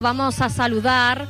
Vamos a saludar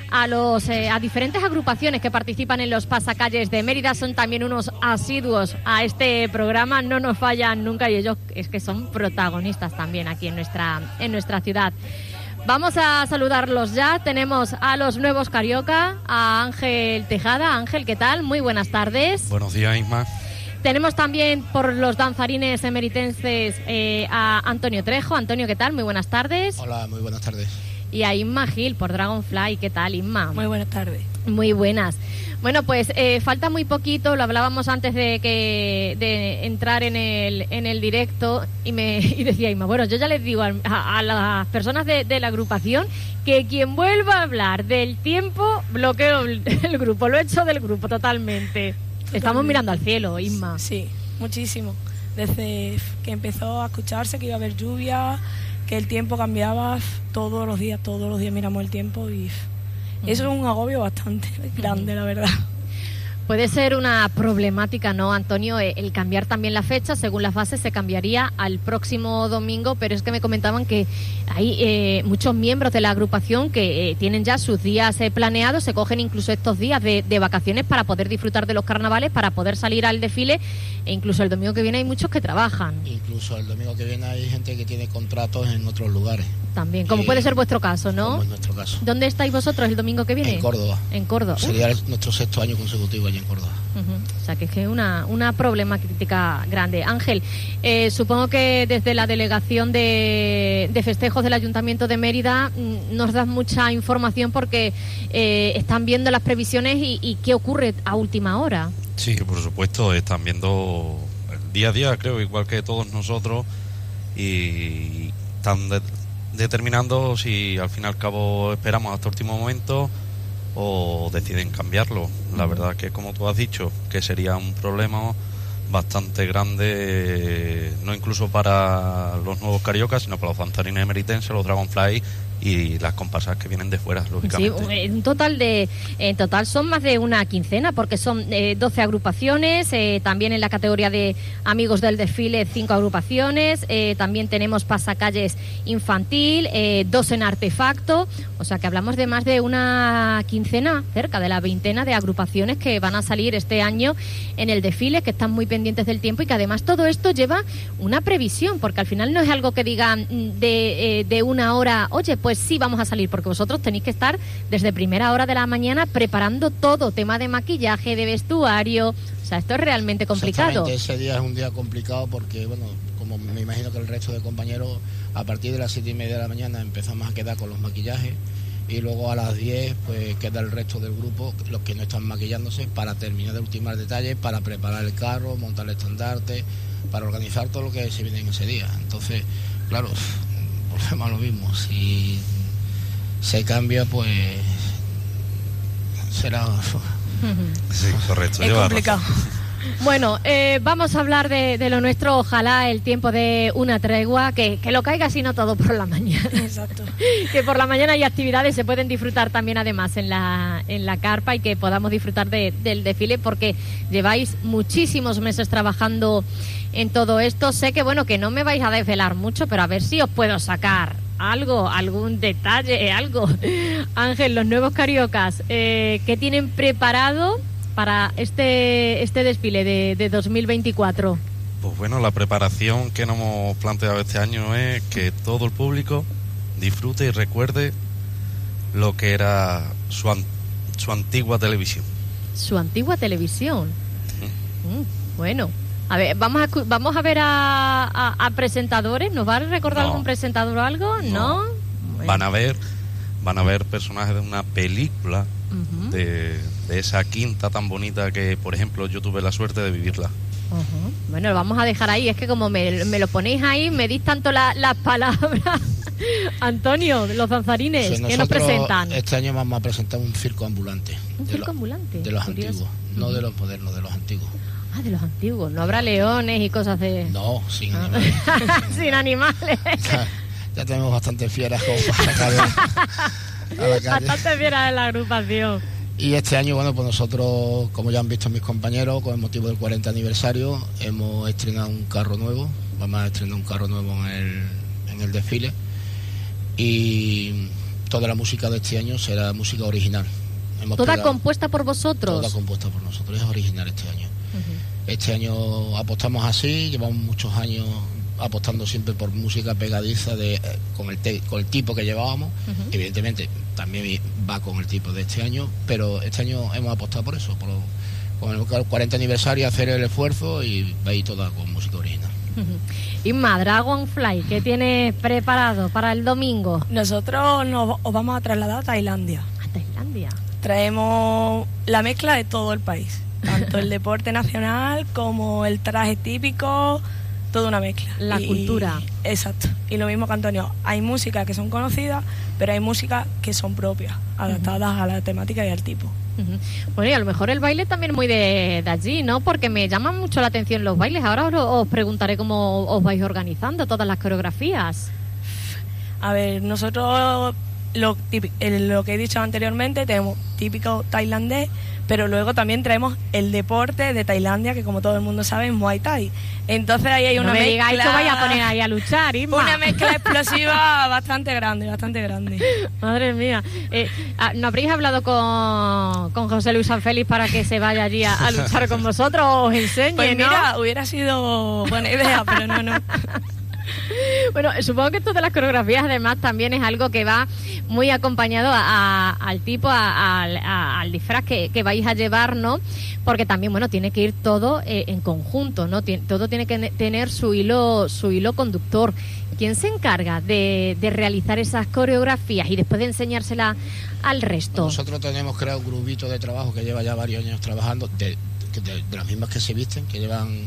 a diferentes agrupaciones que participan en los pasacalles de Mérida. Son también unos asiduos a este programa, no nos fallan nunca y ellos es que son protagonistas también aquí en nuestra ciudad. Vamos a saludarlos ya. Tenemos a los nuevos Carioca, a Ángel Tejada. Ángel, ¿qué tal? Muy buenas tardes. Buenos días, Isma. Tenemos también por los danzarines emeritenses a Antonio Trejo. Antonio, ¿qué tal? Muy buenas tardes. Hola, muy buenas tardes. Y a Inma Gil por Dragonfly. ¿Qué tal, Inma? Muy buenas tardes. Muy buenas. Bueno, pues falta muy poquito, lo hablábamos antes de entrar en el directo y decía Inma, bueno, yo ya les digo a las personas de la agrupación que quien vuelva a hablar del tiempo, bloqueo el grupo, lo echo del grupo totalmente. Estamos mirando al cielo, Inma. Sí, muchísimo. Desde que empezó a escucharse que iba a haber lluvia, que el tiempo cambiaba, todos los días miramos el tiempo y eso es un agobio bastante grande, la verdad. Puede ser una problemática, ¿no, Antonio? El cambiar también la fecha, según las bases, se cambiaría al próximo domingo, pero es que me comentaban que hay muchos miembros de la agrupación que tienen ya sus días planeados, se cogen incluso estos días de vacaciones para poder disfrutar de los carnavales, para poder salir al desfile, e incluso el domingo que viene hay muchos que trabajan. Incluso el domingo que viene hay gente que tiene contratos en otros lugares. También, como puede ser vuestro caso, ¿no? Como es nuestro caso. ¿Dónde estáis vosotros el domingo que viene? En Córdoba. En Córdoba. Sería nuestro 6º año consecutivo allí en Córdoba. O sea, que es que una problemática grande. Ángel, supongo que desde la delegación de festejos del Ayuntamiento de Mérida nos das mucha información porque están viendo las previsiones y qué ocurre a última hora. Sí, por supuesto, están viendo el día a día, creo, igual que todos nosotros, y están determinando si al fin y al cabo esperamos hasta el último momento o deciden cambiarlo. La verdad que, como tú has dicho, que sería un problema bastante grande, no incluso para los nuevos cariocas, sino para los danzarines emeritenses, los Dragonfly y las comparsas que vienen de fuera, lógicamente. Sí, en total son más de una quincena, porque son 12 agrupaciones, también en la categoría de amigos del desfile 5 agrupaciones, también tenemos pasacalles infantil, 2 en artefacto, o sea que hablamos de más de una quincena, cerca de la veintena de agrupaciones que van a salir este año en el desfile, que están muy pendientes del tiempo y que además todo esto lleva una previsión, porque al final no es algo que digan de una hora, oye, pues sí, vamos a salir, porque vosotros tenéis que estar desde primera hora de la mañana preparando todo, tema de maquillaje, de vestuario, o sea, esto es realmente complicado. Ese día es un día complicado porque, bueno, como me imagino que el resto de compañeros, a partir de las 7:30 de la mañana empezamos a quedar con los maquillajes y luego a las 10 pues queda el resto del grupo, los que no están maquillándose, para terminar de ultimar detalles, para preparar el carro, montar el estandarte, para organizar todo lo que se viene en ese día. Entonces, claro, volvemos a lo mismo, si se cambia pues será... Sí, correcto. Es complicado. Bueno, vamos a hablar de lo nuestro. Ojalá el tiempo de una tregua, que lo caiga sino todo por la mañana. Exacto. Que por la mañana hay actividades, se pueden disfrutar también además en la carpa y que podamos disfrutar del desfile, porque lleváis muchísimos meses trabajando en todo esto. Sé que, bueno, que no me vais a desvelar mucho, pero a ver si os puedo sacar algún detalle, algo. Ángel, los nuevos cariocas, ¿qué tienen preparado para este desfile de 2024? Pues bueno, la preparación que nos hemos planteado este año es que todo el público disfrute y recuerde lo que era su antigua televisión. Su antigua televisión. Bueno, a ver, vamos a ver a presentadores. ¿Nos va a recordar algún presentador o algo? No. Bueno. Van a ver personajes de una película, de esa quinta tan bonita que, por ejemplo, yo tuve la suerte de vivirla. Bueno, lo vamos a dejar ahí. Es que como me lo ponéis ahí, me dis tanto las palabras. Antonio, los danzarines, ¿qué nos presentan? Este año vamos a presentar un circo ambulante. ¿Un circo ambulante? De los antiguos, no de los modernos, de los antiguos. Ah, de los antiguos. ¿No habrá leones y cosas de...? No, sin animales. Sin animales. Ya tenemos bastantes fieras como para sacar a la calle. Bastante fieras en la agrupación. Y este año, bueno, pues nosotros, como ya han visto mis compañeros, con el motivo del 40 aniversario, hemos estrenado un carro nuevo. Vamos a estrenar un carro nuevo en el desfile. Y toda la música de este año será música original. ¿Toda compuesta por vosotros? Toda compuesta por nosotros, es original este año. Este año apostamos así, llevamos muchos años apostando siempre por música pegadiza con el tipo que llevábamos. Evidentemente también va con el tipo de este año, pero este año hemos apostado por eso, con el 40 aniversario hacer el esfuerzo y va a ir toda con música original. Inma, Dragonfly, ¿qué tienes preparado para el domingo? Nosotros os vamos a trasladar a Tailandia. ¿A Tailandia? Traemos la mezcla de todo el país, tanto el deporte nacional como el traje típico, toda una mezcla. La cultura. Exacto. Y lo mismo que Antonio, hay músicas que son conocidas, pero hay músicas que son propias, adaptadas a la temática y al tipo. Bueno, y a lo mejor el baile también muy de allí, ¿no? Porque me llaman mucho la atención los bailes. Ahora os preguntaré cómo os vais organizando todas las coreografías. A ver, nosotros lo que he dicho anteriormente, tenemos típico tailandés, pero luego también traemos el deporte de Tailandia, que como todo el mundo sabe es Muay Thai. Entonces ahí hay una mezcla... No me digáis que vais a poner ahí a luchar, Inma. Una mezcla explosiva bastante grande. Madre mía. ¿No habréis hablado con José Luis San Félix para que se vaya allí a luchar con vosotros o os enseñe, pues ¿no? Mira, hubiera sido buena idea, pero no. Bueno, supongo que esto de las coreografías además también es algo que va muy acompañado al tipo, al disfraz que vais a llevar, ¿no? Porque también, bueno, tiene que ir todo en conjunto, ¿no? Todo tiene que tener su hilo conductor. ¿Quién se encarga de realizar esas coreografías y después de enseñársela al resto? Nosotros tenemos creado un grupito de trabajo que lleva ya varios años trabajando, de las mismas que se visten, que llevan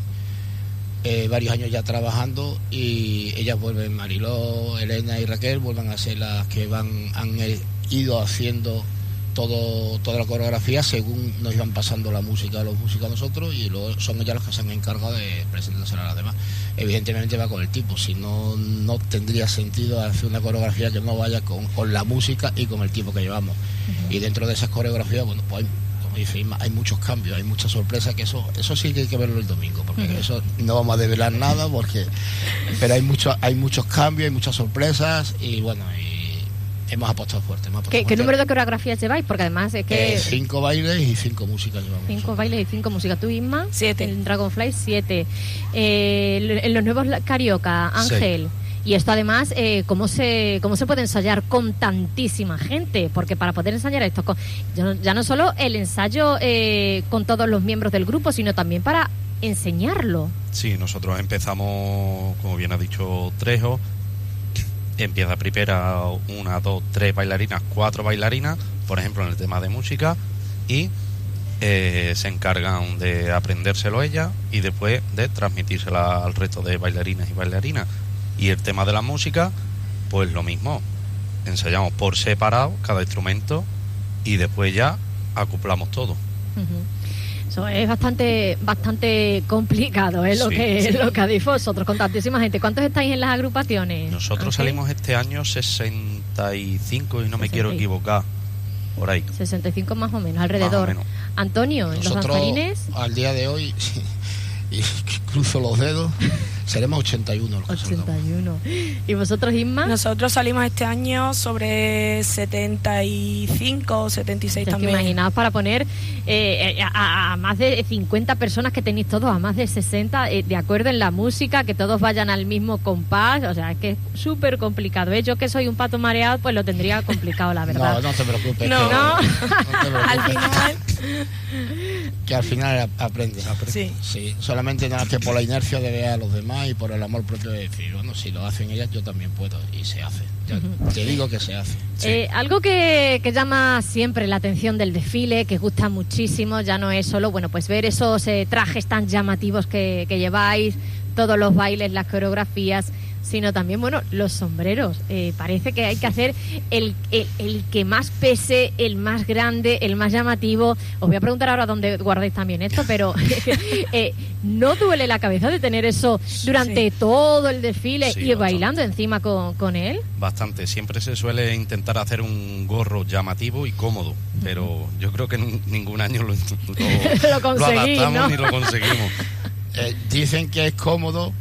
varios años ya trabajando, y ellas vuelven, Mariló, Elena y Raquel, vuelven a ser las que han ido haciendo toda la coreografía según nos iban pasando la música a los músicos a nosotros, y luego son ellas las que se han encargado de presentársela a las demás. Evidentemente va con el tipo, si no tendría sentido hacer una coreografía que no vaya con la música y con el tipo que llevamos. Y dentro de esas coreografías, bueno, pues hay muchos cambios, hay muchas sorpresas, que eso sí que hay que verlo el domingo, porque eso no vamos a develar nada, pero hay muchos cambios, hay muchas sorpresas, y bueno, hemos apostado fuerte. ¿Qué número de coreografías lleváis? Porque además es que... 5 bailes y 5 músicas llevamos. 5 bailes y 5 músicas. ¿Tú, Inma? 7. En Dragonfly, 7. En los nuevos Carioca, Ángel... Sí. Y esto además, ¿cómo se puede ensayar con tantísima gente? Porque para poder ensayar esto, ya no solo el ensayo con todos los miembros del grupo, sino también para enseñarlo. Sí, nosotros empezamos, como bien ha dicho Trejo, empieza primero 1, 2, 3 bailarinas, 4 bailarinas, por ejemplo en el tema de música, y se encargan de aprendérselo ellas y después de transmitírsela al resto de bailarinas y bailarinas. Y el tema de la música, pues lo mismo, ensayamos por separado cada instrumento y después ya acoplamos todo. Eso es bastante complicado, lo que hacéis vosotros con tantísima gente. ¿Cuántos estáis en las agrupaciones? Nosotros salimos este año 65 y no me quiero equivocar, por ahí. 65 más o menos, alrededor. Más o menos. Antonio, ¿en los danzarines? Al día de hoy, y cruzo los dedos, seremos 81 los que 81. ¿Y vosotros, Inma? Nosotros salimos este año sobre 75 o 76 también. Imaginaos para poner a más de 50 personas que tenéis todos, a más de 60, de acuerdo en la música, que todos vayan al mismo compás. O sea, es que es súper complicado. Yo que soy un pato mareado, pues lo tendría complicado, la verdad. No te preocupes. No te preocupes. Al final... Que al final aprendes. Sí. Solamente nada que por la inercia de ver a los demás y por el amor propio de decir, bueno, si lo hacen ellas, yo también puedo. Y se hace. Te digo que se hace. Sí. Algo que llama siempre la atención del desfile, que gusta muchísimo, ya no es solo, bueno, pues ver esos trajes tan llamativos que lleváis, todos los bailes, las coreografías, sino también, bueno, los sombreros. Parece que hay que hacer el que más pese, el más grande, el más llamativo. Os voy a preguntar ahora dónde guardáis también esto, pero ¿no duele la cabeza de tener eso durante todo el desfile y bailando encima con él? Bastante. Siempre se suele intentar hacer un gorro llamativo y cómodo, pero yo creo que ningún año lo conseguís, adaptamos, ¿no? ni lo conseguimos. Dicen que es cómodo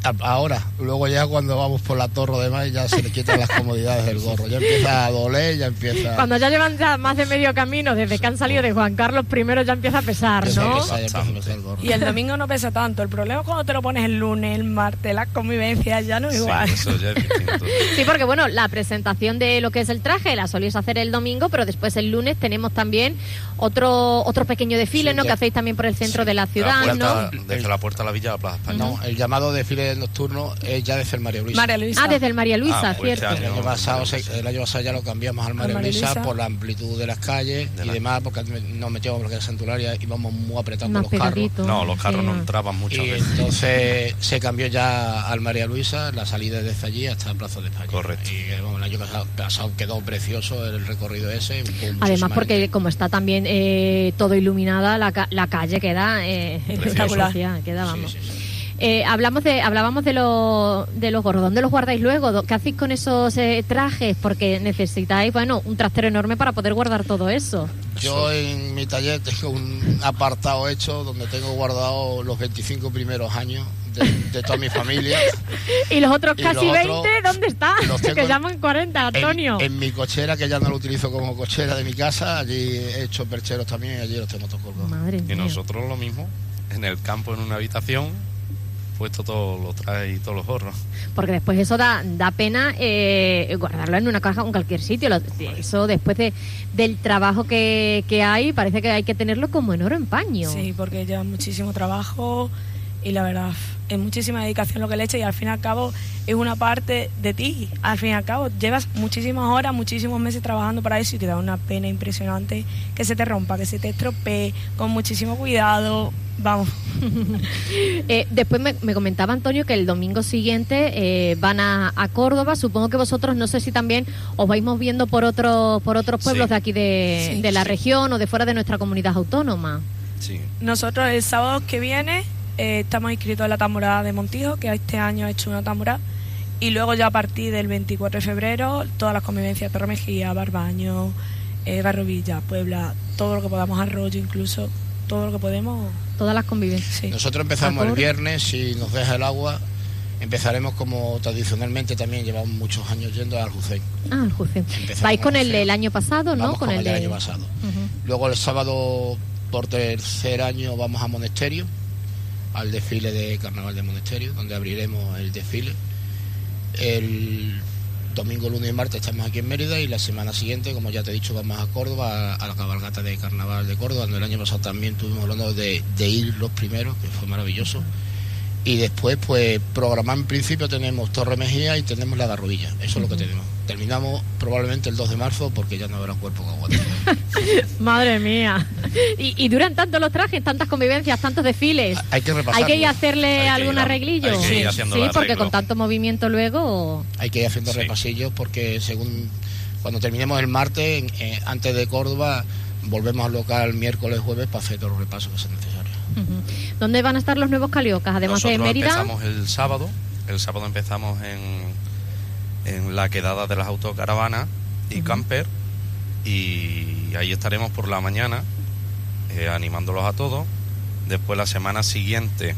Ahora, luego ya cuando vamos por la Torre de Mayo ya se le quitan las comodidades del gorro, ya empieza a doler, ya empieza... Cuando ya llevan ya más de medio camino, desde que han salido de Juan Carlos I ya empieza a pesar, ¿no? El gorro. Y el domingo no pesa tanto, el problema es cuando te lo pones el lunes, el martes, las convivencias ya no es igual. Sí, eso ya es distinto. Sí, porque bueno, la presentación de lo que es el traje la solís hacer el domingo, pero después el lunes tenemos también otro pequeño desfile, sí, ¿no? Que hacéis también por el centro de la ciudad, puerta, ¿no? Desde la puerta a la Villa de Plaza España. No, el llamado desfile nocturno es ya desde el María Luisa. María Luisa. Ah, desde el María Luisa, pues cierto. El año pasado ya lo cambiamos al María Luisa por la amplitud de las calles y demás, porque nos metíamos en lo que era Santularia, íbamos muy apretados Más los carros. pegadito. No, los carros Sí. no entraban muchas Y veces. entonces se cambió ya al María Luisa, la salida desde allí hasta Plaza de España. Correcto. Y bueno, el año pasado quedó precioso el recorrido ese. Además, porque como está también todo iluminada, la calle queda espectacular. Queda, vamos. Sí, sí, sí. Hablábamos de los gorros. ¿Dónde los guardáis luego? ¿Qué hacéis con esos trajes? Porque necesitáis, bueno, un trastero enorme para poder guardar todo eso. Yo en mi taller tengo un apartado hecho donde tengo guardado los 25 primeros años de toda mi familia. ¿Y los otros Y casi los 20? otros ¿Dónde están? los tengo Que llaman 40, Antonio. En mi cochera, que ya no lo utilizo como cochera de mi casa, allí he hecho percheros también y allí los tengo todos colgados. Madre Y mía. nosotros lo mismo, en el campo, en una habitación, puesto todos los trajes y todos los gorros. Porque después eso da pena guardarlo en una caja o en cualquier sitio. Eso después del trabajo que hay, parece que hay que tenerlo como en oro en paño. Sí, porque lleva muchísimo trabajo y la verdad es muchísima dedicación lo que le echa y al fin y al cabo es una parte de ti. Al fin y al cabo llevas muchísimas horas, muchísimos meses trabajando para eso y te da una pena impresionante que se te rompa, que se te estropee, con muchísimo cuidado. Vamos. Después me comentaba Antonio que el domingo siguiente van a Córdoba. Supongo que vosotros, no sé si también os vais moviendo por otros pueblos Sí. de aquí de la región o de fuera de nuestra comunidad autónoma. Sí. Nosotros el sábado que viene estamos inscritos en la tamborada de Montijo, que este año ha hecho una tamborada, y luego ya a partir del 24 de febrero todas las convivencias, Torre Mejía, Barbaño, Garrovilla, Puebla, todo lo que podamos, Arroyo incluso, todo lo que podemos. Todas las convivencias. Sí. Nosotros empezamos el viernes, si nos deja el agua, empezaremos como tradicionalmente también llevamos muchos años yendo al Aljucén. Ah, el Jucén. Empezamos Vais con el Aljucén. del año pasado, ¿no? Vamos con el del año pasado. Ujú. Luego el sábado, por tercer año, vamos a Monesterio, al desfile de Carnaval de Monesterio, donde abriremos el desfile. El domingo, lunes y martes estamos aquí en Mérida y la semana siguiente, como ya te he dicho, vamos a Córdoba, a la cabalgata de Carnaval de Córdoba, donde el año pasado también tuvimos el honor de ir los primeros, que fue maravilloso. Y después, pues, programar en principio tenemos Torre Mejía y tenemos la Garrovilla. Eso es lo que tenemos. Terminamos probablemente el 2 de marzo porque ya no habrá cuerpo que aguante. Madre mía. Y duran tanto los trajes, tantas convivencias, tantos desfiles. Hay que repasarlo. Hay que ir a hacerle Hay que algún ir a- arreglillo. hay que ir haciéndole Sí, porque arreglo. con tanto movimiento luego. Hay que ir haciendo Sí. repasillos porque según cuando terminemos el martes, antes de Córdoba, volvemos al local miércoles, jueves para hacer todos los repasos que sean necesarios. Ujú. ¿Dónde van a estar los nuevos caliocas? Además de Nosotros Mérida. empezamos el sábado empezamos en la quedada de las autocaravanas y camper, y ahí estaremos por la mañana animándolos a todos. Después la semana siguiente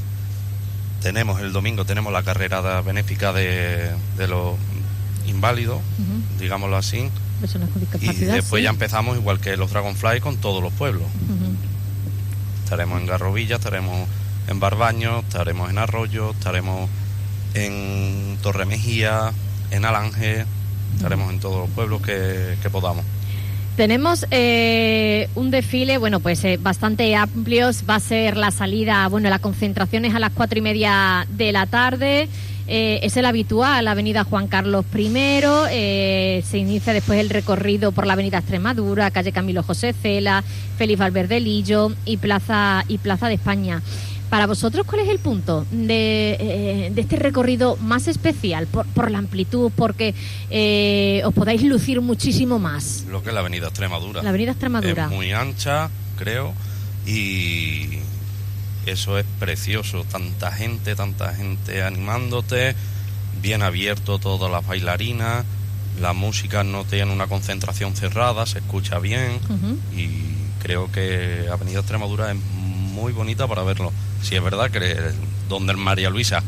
el domingo tenemos la carrera benéfica de los inválidos, Ujú. digámoslo así, Personas con y discapacidad. después sí. ya empezamos igual que los Dragonfly con todos los pueblos. Ujú. Estaremos en Garrovilla, estaremos en Barbaño, estaremos en Arroyo, estaremos en Torre Mejía, en Alange, estaremos en todos los pueblos que podamos. Tenemos un desfile, bueno, pues bastante amplios. Va a ser la salida, bueno, la concentración es a las 4:30 de la tarde. Es el habitual, la avenida Juan Carlos I. Se inicia después el recorrido por la avenida Extremadura, calle Camilo José Cela, Félix Valverde Lillo y Plaza de España. Para vosotros, ¿cuál es el punto de este recorrido más especial? Por la amplitud, porque os podáis lucir muchísimo más. Lo que es la avenida Extremadura. La avenida Extremadura. Es muy ancha, creo, y eso es precioso. Tanta gente animándote, bien abierto todas las bailarinas, la música no tiene una concentración cerrada, se escucha bien. Ujú. Y creo que Avenida Extremadura es muy bonita para verlo. Si es verdad que donde el María Luisa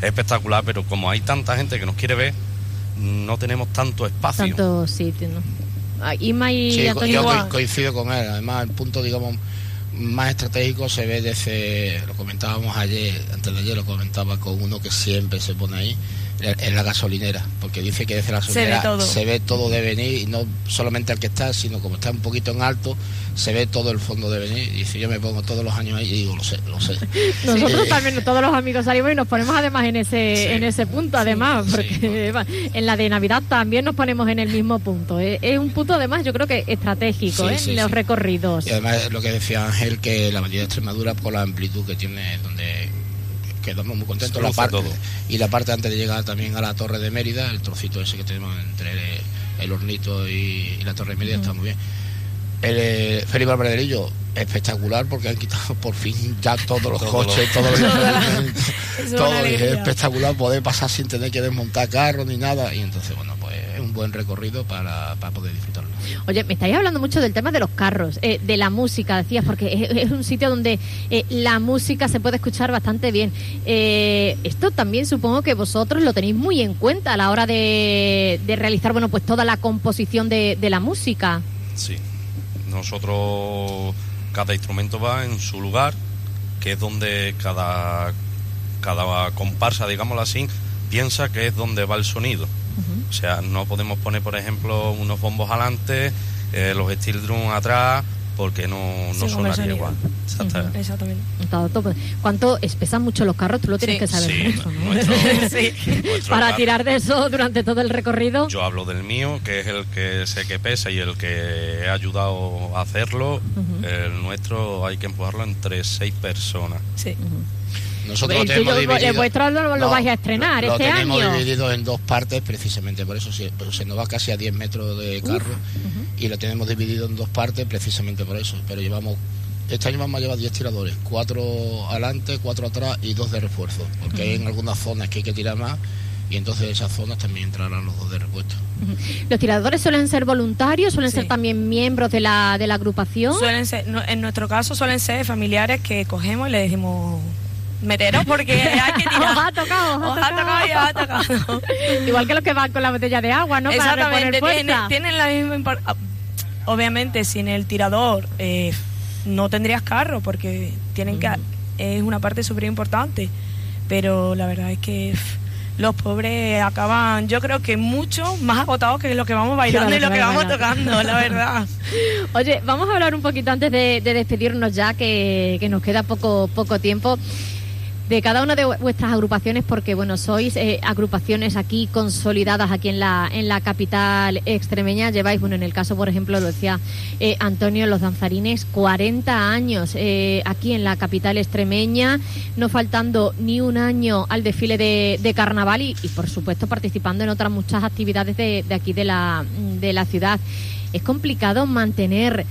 espectacular, pero como hay tanta gente que nos quiere ver, no tenemos tanto espacio. Tanto sitio, ¿no? Isma y Sí, Antonio. yo coincido con él. Además, el punto, digamos, más estratégico se ve desde, lo comentábamos ayer, antes de ayer lo comentaba con uno que siempre se pone ahí, en la gasolinera, porque dice que desde la gasolinera se ve todo de venir, y no solamente al que está, sino como está un poquito en alto, se ve todo el fondo de venir. Y dice, yo me pongo todos los años ahí y digo, lo sé. Nosotros también, todos los amigos salimos y nos ponemos además en ese punto, además, porque en la de Navidad también nos ponemos en el mismo punto. Es un punto, además, yo creo que estratégico, los recorridos. Y además, lo que decía Ángel, que la Avenida de Extremadura, por la amplitud que tiene, donde quedamos muy contentos, y la parte antes de llegar también a la Torre de Mérida, el trocito ese que tenemos entre el Hornito y la Torre de Mérida, está muy bien. El Felipe Alvarelillo, espectacular, porque han quitado por fin ya todos los coches, todo es espectacular, poder pasar sin tener que desmontar carros ni nada, y entonces, bueno, pues es un buen recorrido para poder disfrutarlo. Oye, me estáis hablando mucho del tema de los carros, de la música, decías, porque es un sitio donde la música se puede escuchar bastante bien. Esto también supongo que vosotros lo tenéis muy en cuenta a la hora de realizar, bueno, pues toda la composición de la música. Sí, nosotros, cada instrumento va en su lugar, que es donde cada comparsa, digámoslo así, piensa que es donde va el sonido. Uh-huh. O sea, no podemos poner, por ejemplo, unos bombos adelante, los steel drum atrás, porque no sonaría igual. Uh-huh. Exactamente. ¿Cuánto pesan mucho los carros? Tú lo tienes que saber mucho, ¿no? Para tirar de eso durante todo el recorrido. Yo hablo del mío, que es el que sé que pesa y el que he ayudado a hacerlo. Uh-huh. El nuestro hay que empujarlo entre 6 personas. Sí. Uh-huh. Nosotros lo tenemos dividido. El vuestro lo vais a estrenar este año. Lo tenemos dividido en 2 partes, precisamente por eso se nos va casi a 10 metros de carro. Uh-huh. Y lo tenemos dividido en 2 partes, precisamente por eso. Pero este año vamos a llevar 10 tiradores, 4 adelante, 4 atrás y 2 de refuerzo, porque hay en algunas zonas que hay que tirar más, y entonces esas zonas también entrarán los 2 de repuesto. ¿Los tiradores suelen ser voluntarios? ¿Suelen ser también miembros de la agrupación? Suelen ser, en nuestro caso suelen ser familiares que cogemos y le decimos... meteros, porque hay que tirar. Os ha tocado. Igual que los que van con la botella de agua, ¿no? Exactamente, tienen la misma importancia. Obviamente, sin el tirador no tendrías carro, porque tienen que es una parte súper importante. Pero la verdad es que los pobres acaban, yo creo que mucho más agotados que lo que vamos bailando y lo que vamos tocando, la verdad. Oye, vamos a hablar un poquito antes de despedirnos ya, que nos queda poco tiempo, de cada una de vuestras agrupaciones, porque bueno, sois agrupaciones aquí consolidadas aquí en la capital extremeña. Lleváis, bueno, en el caso, por ejemplo, lo decía Antonio, los danzarines, 40 años aquí en la capital extremeña, no faltando ni un año al desfile de carnaval y por supuesto participando en otras muchas actividades de aquí de la ciudad. Es complicado mantenerse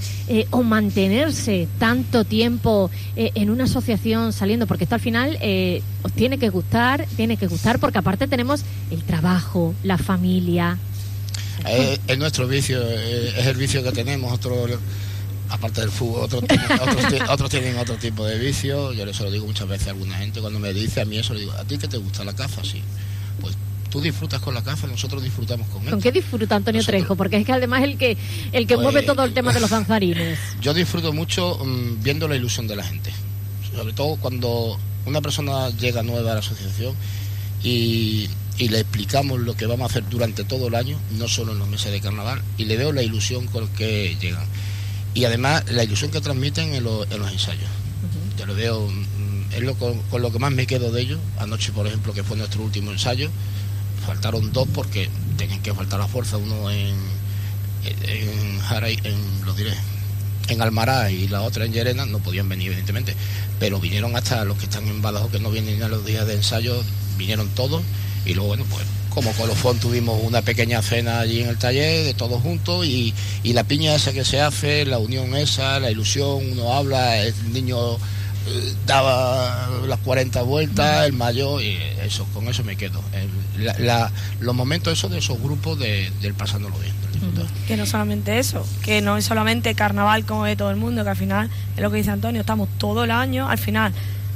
tanto tiempo en una asociación saliendo, porque esto al final os tiene que gustar, porque aparte tenemos el trabajo, la familia. Es nuestro vicio, es el vicio que tenemos. Aparte del fútbol, otros tienen otro tipo de vicio. Yo eso lo digo muchas veces a alguna gente cuando me dice a mí eso, le digo, ¿a ti qué te gusta la caza? Sí, pues tú disfrutas con la caza, nosotros disfrutamos con esto. ¿Con qué disfruta Antonio Trejo? Porque es que además el que mueve todo el tema de los danzarines. Yo disfruto mucho viendo la ilusión de la gente, sobre todo cuando una persona llega nueva a la asociación y le explicamos lo que vamos a hacer durante todo el año, no solo en los meses de carnaval, y le veo la ilusión con que llegan y además la ilusión que transmiten en los ensayos. Uh-huh. Yo lo veo, es con lo que más me quedo de ellos. Anoche, por ejemplo, que fue nuestro último ensayo, faltaron 2 porque tenían que faltar a fuerza, uno en Jaray, en Almará, y la otra en Llerena. No podían venir, evidentemente, pero vinieron hasta los que están en Badajoz, que no vienen a los días de ensayo, vinieron todos. Y luego, bueno, pues como colofón tuvimos una pequeña cena allí en el taller de todos juntos, y la piña esa que se hace, la unión esa, la ilusión, uno habla, el niño daba las 40 vueltas, el mayor, y eso, con eso me quedo. Los momentos esos de esos grupos del pasándolo bien, del disfrutar. Que no solamente eso, que no es solamente carnaval como de todo el mundo, que al final es lo que dice Antonio, estamos todo el año, al final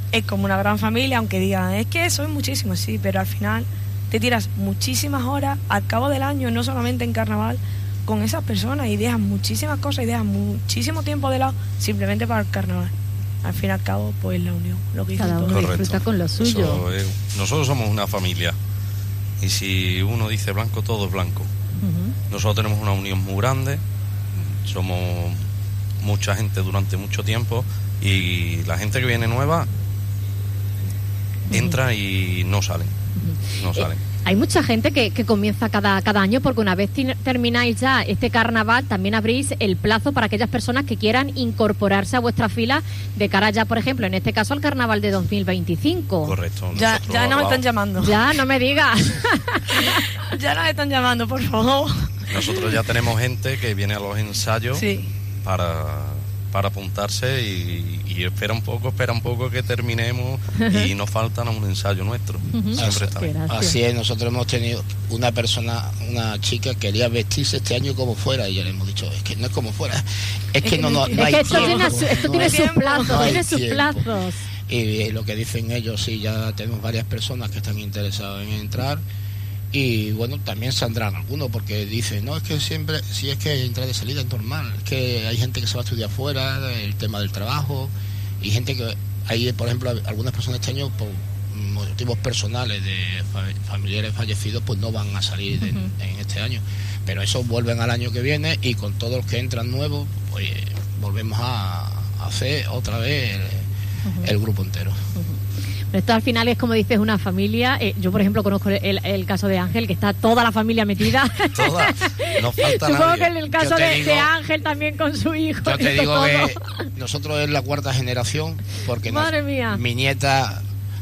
es como una gran familia, aunque digan, es que soy muchísimo, sí, pero al final te tiras muchísimas horas al cabo del año, no solamente en carnaval, con esas personas, y dejas muchísimas cosas y dejas muchísimo tiempo de lado simplemente para el carnaval. Al fin y al cabo, pues la unión, lo que cada uno disfruta con lo suyo. Nosotros somos una familia, y si uno dice blanco, todo es blanco. Nosotros tenemos una unión muy grande, somos mucha gente durante mucho tiempo, y la gente que viene nueva entra y no salen. Hay mucha gente que comienza cada año, porque una vez termináis ya este carnaval, también abrís el plazo para aquellas personas que quieran incorporarse a vuestra fila de cara ya, por ejemplo, en este caso al carnaval de 2025. Correcto. Ya nos están llamando. Ya, no me digas. Ya nos están llamando, por favor. Nosotros ya tenemos gente que viene a los ensayos sí. para apuntarse y espera un poco que terminemos y nos faltan a un ensayo nuestro. Siempre está bien. Así es, nosotros hemos tenido una chica que quería vestirse este año como fuera, y ya le hemos dicho, es que no es como fuera, es que no hay que esto tiempo. Esto tiene sus plazos, tiene sus plazos. Y lo que dicen ellos, sí, ya tenemos varias personas que están interesadas en entrar. Y bueno, también saldrán algunos, porque dicen, no, es que siempre, si es que entra de salida es normal, es que hay gente que se va a estudiar fuera, el tema del trabajo, y gente que, hay por ejemplo, algunas personas este año por motivos personales de familiares fallecidos, pues no van a salir en este año, pero esos vuelven al año que viene, y con todos los que entran nuevos, pues volvemos a hacer otra vez el grupo entero. Esto al final es, como dices, una familia. Yo, por ejemplo, conozco el caso de Ángel, que está toda la familia metida. Toda, no falta Supongo nadie. que en el caso de Ángel también con su hijo. Yo te digo que nosotros es la cuarta generación, porque Madre mía. Mi nieta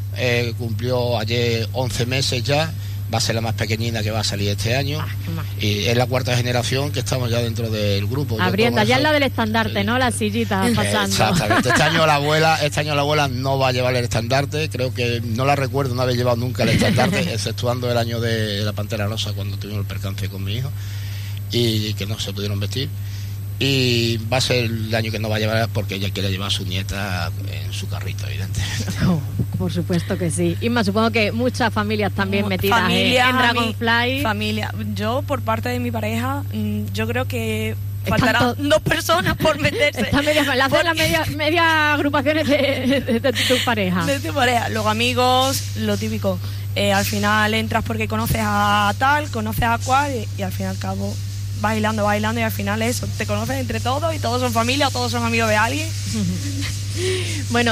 cumplió ayer 11 meses ya, va a ser la más pequeñina que va a salir este año, y es la cuarta generación que estamos ya dentro del grupo. Abriendo, ya es la del estandarte, ¿no? Las sillitas pasando. Exactamente. Este año la abuela no va a llevar el estandarte, creo que no la recuerdo no haber llevado nunca el estandarte, exceptuando el año de la Pantera Rosa, cuando tuvimos el percance con mi hijo, y que no se pudieron vestir. Y va a ser el año que no va a llevar, porque ella quiere llevar a su nieta en su carrito, evidentemente. Oh, por supuesto que sí. Isma, supongo que muchas familias también metidas en Dragonfly. Familia. Yo, por parte de mi pareja, yo creo que faltarán 2 personas por meterse. Las media agrupaciones de tu pareja. De tu pareja. Los amigos, lo típico. Al final entras porque conoces a tal, conoces a cual, y al fin y al cabo bailando, y al final eso, te conoces entre todos, y todos son familia, o todos son amigos de alguien. Bueno,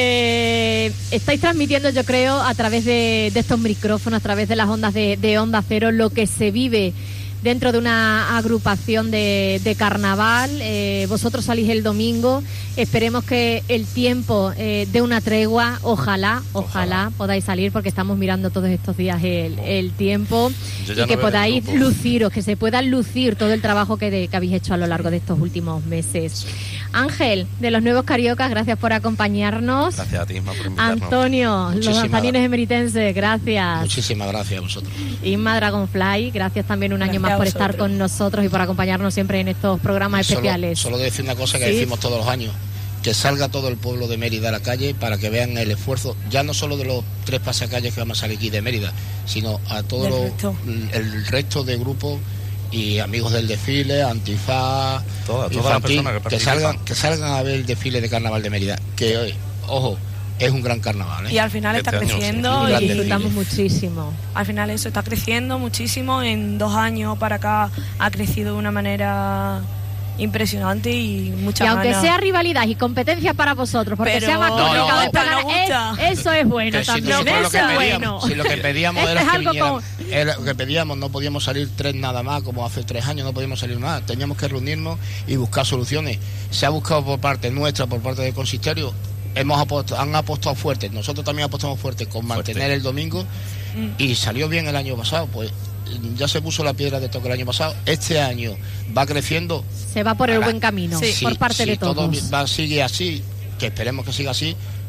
estáis transmitiendo, yo creo, a través de estos micrófonos, a través de las ondas de Onda Cero, lo que se vive dentro de una agrupación de carnaval. Vosotros salís el domingo, esperemos que el tiempo dé una tregua, ojalá podáis salir, porque estamos mirando todos estos días el tiempo, y que podáis luciros, que se pueda lucir todo el trabajo que habéis hecho a lo largo de estos últimos meses. Ángel, de los Nuevos Cariocas, gracias por acompañarnos. Gracias a ti, Isma, por invitarnos. Antonio, los danzarines emeritenses, gracias. Muchísimas gracias a vosotros. Isma, Dragonfly, gracias también un año más por estar con nosotros y por acompañarnos siempre en estos programas especiales. Solo decir una cosa que decimos todos los años, que salga todo el pueblo de Mérida a la calle para que vean el esfuerzo, ya no solo de los 3 pasacalles que vamos a salir aquí de Mérida, sino a todo el resto de grupos y amigos del desfile, Antifaz, todas las personas que salgan a ver el desfile de carnaval de Mérida, que ojo, es un gran carnaval, ¿eh? Y al final está creciendo y disfrutamos muchísimo. Al final eso está creciendo muchísimo. En 2 años para acá ha crecido de una manera impresionante, y mucha aunque ganas. sea rivalidad y competencia para vosotros, porque sea más complicado, eso es bueno también. Si lo que pedíamos era que vinieran, lo que pedíamos, no podíamos salir 3 nada más, como hace 3 años no podíamos salir más, teníamos que reunirnos y buscar soluciones. Se ha buscado por parte nuestra, por parte del consistorio, han apostado fuerte, nosotros también apostamos fuerte con mantener el domingo, y salió bien el año pasado, pues ya se puso la piedra de toque el año pasado. Este año va creciendo, se va por el buen camino, por parte de todos. Todo sigue así, que esperemos que siga así,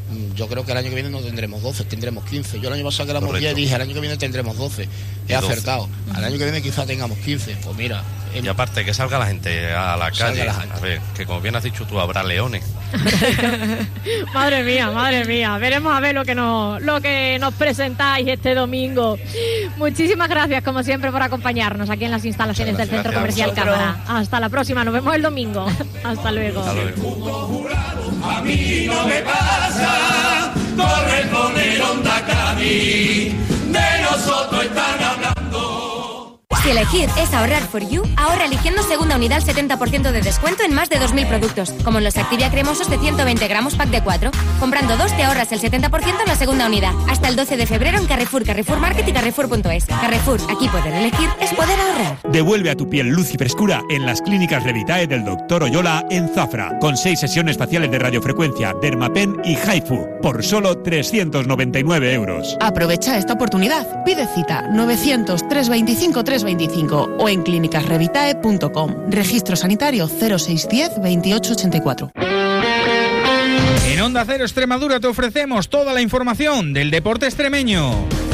Yo creo que el año que viene no tendremos 12, tendremos 15. Yo el año pasado que éramos 10 dije, el año que viene tendremos 12. He acertado. Al año que viene quizá tengamos 15. Pues mira. Y aparte, que salga la gente a la calle. A ver, que como bien has dicho tú, habrá leones. Madre mía. Veremos a ver lo que nos presentáis este domingo. Muchísimas gracias, como siempre, por acompañarnos aquí en las instalaciones del Centro Comercial Cámara. Hasta la próxima, nos vemos el domingo. Hasta luego. A mí no me pasa, corre con el Honda Caddy, de nosotros están hablando. Si elegir es ahorrar for you, ahorra eligiendo segunda unidad al 70% de descuento en más de 2.000 productos, como en los Activia cremosos de 120 gramos pack de 4. Comprando 2 te ahorras el 70% en la segunda unidad. Hasta el 12 de febrero en Carrefour, Carrefour Market y Carrefour.es. Carrefour, aquí poder elegir es poder ahorrar. Devuelve a tu piel luz y frescura en las clínicas Revitae del Dr. Oyola en Zafra, con 6 sesiones faciales de radiofrecuencia, Dermapen y Haifu, por solo 399 €. Aprovecha esta oportunidad. Pide cita 900-325-325 o en clínicasrevitae.com. Registro sanitario 0610 2884. En Onda Cero Extremadura te ofrecemos toda la información del deporte extremeño.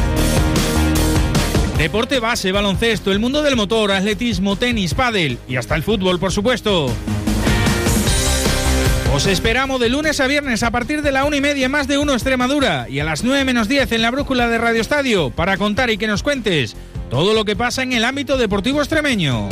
Deporte base, baloncesto, el mundo del motor, atletismo, tenis, pádel y hasta el fútbol, por supuesto. Os esperamos de lunes a viernes a partir de la 1:30 en Más de Uno Extremadura y a las 9 menos 10 en la brújula de Radio Estadio para contar y que nos cuentes todo lo que pasa en el ámbito deportivo extremeño.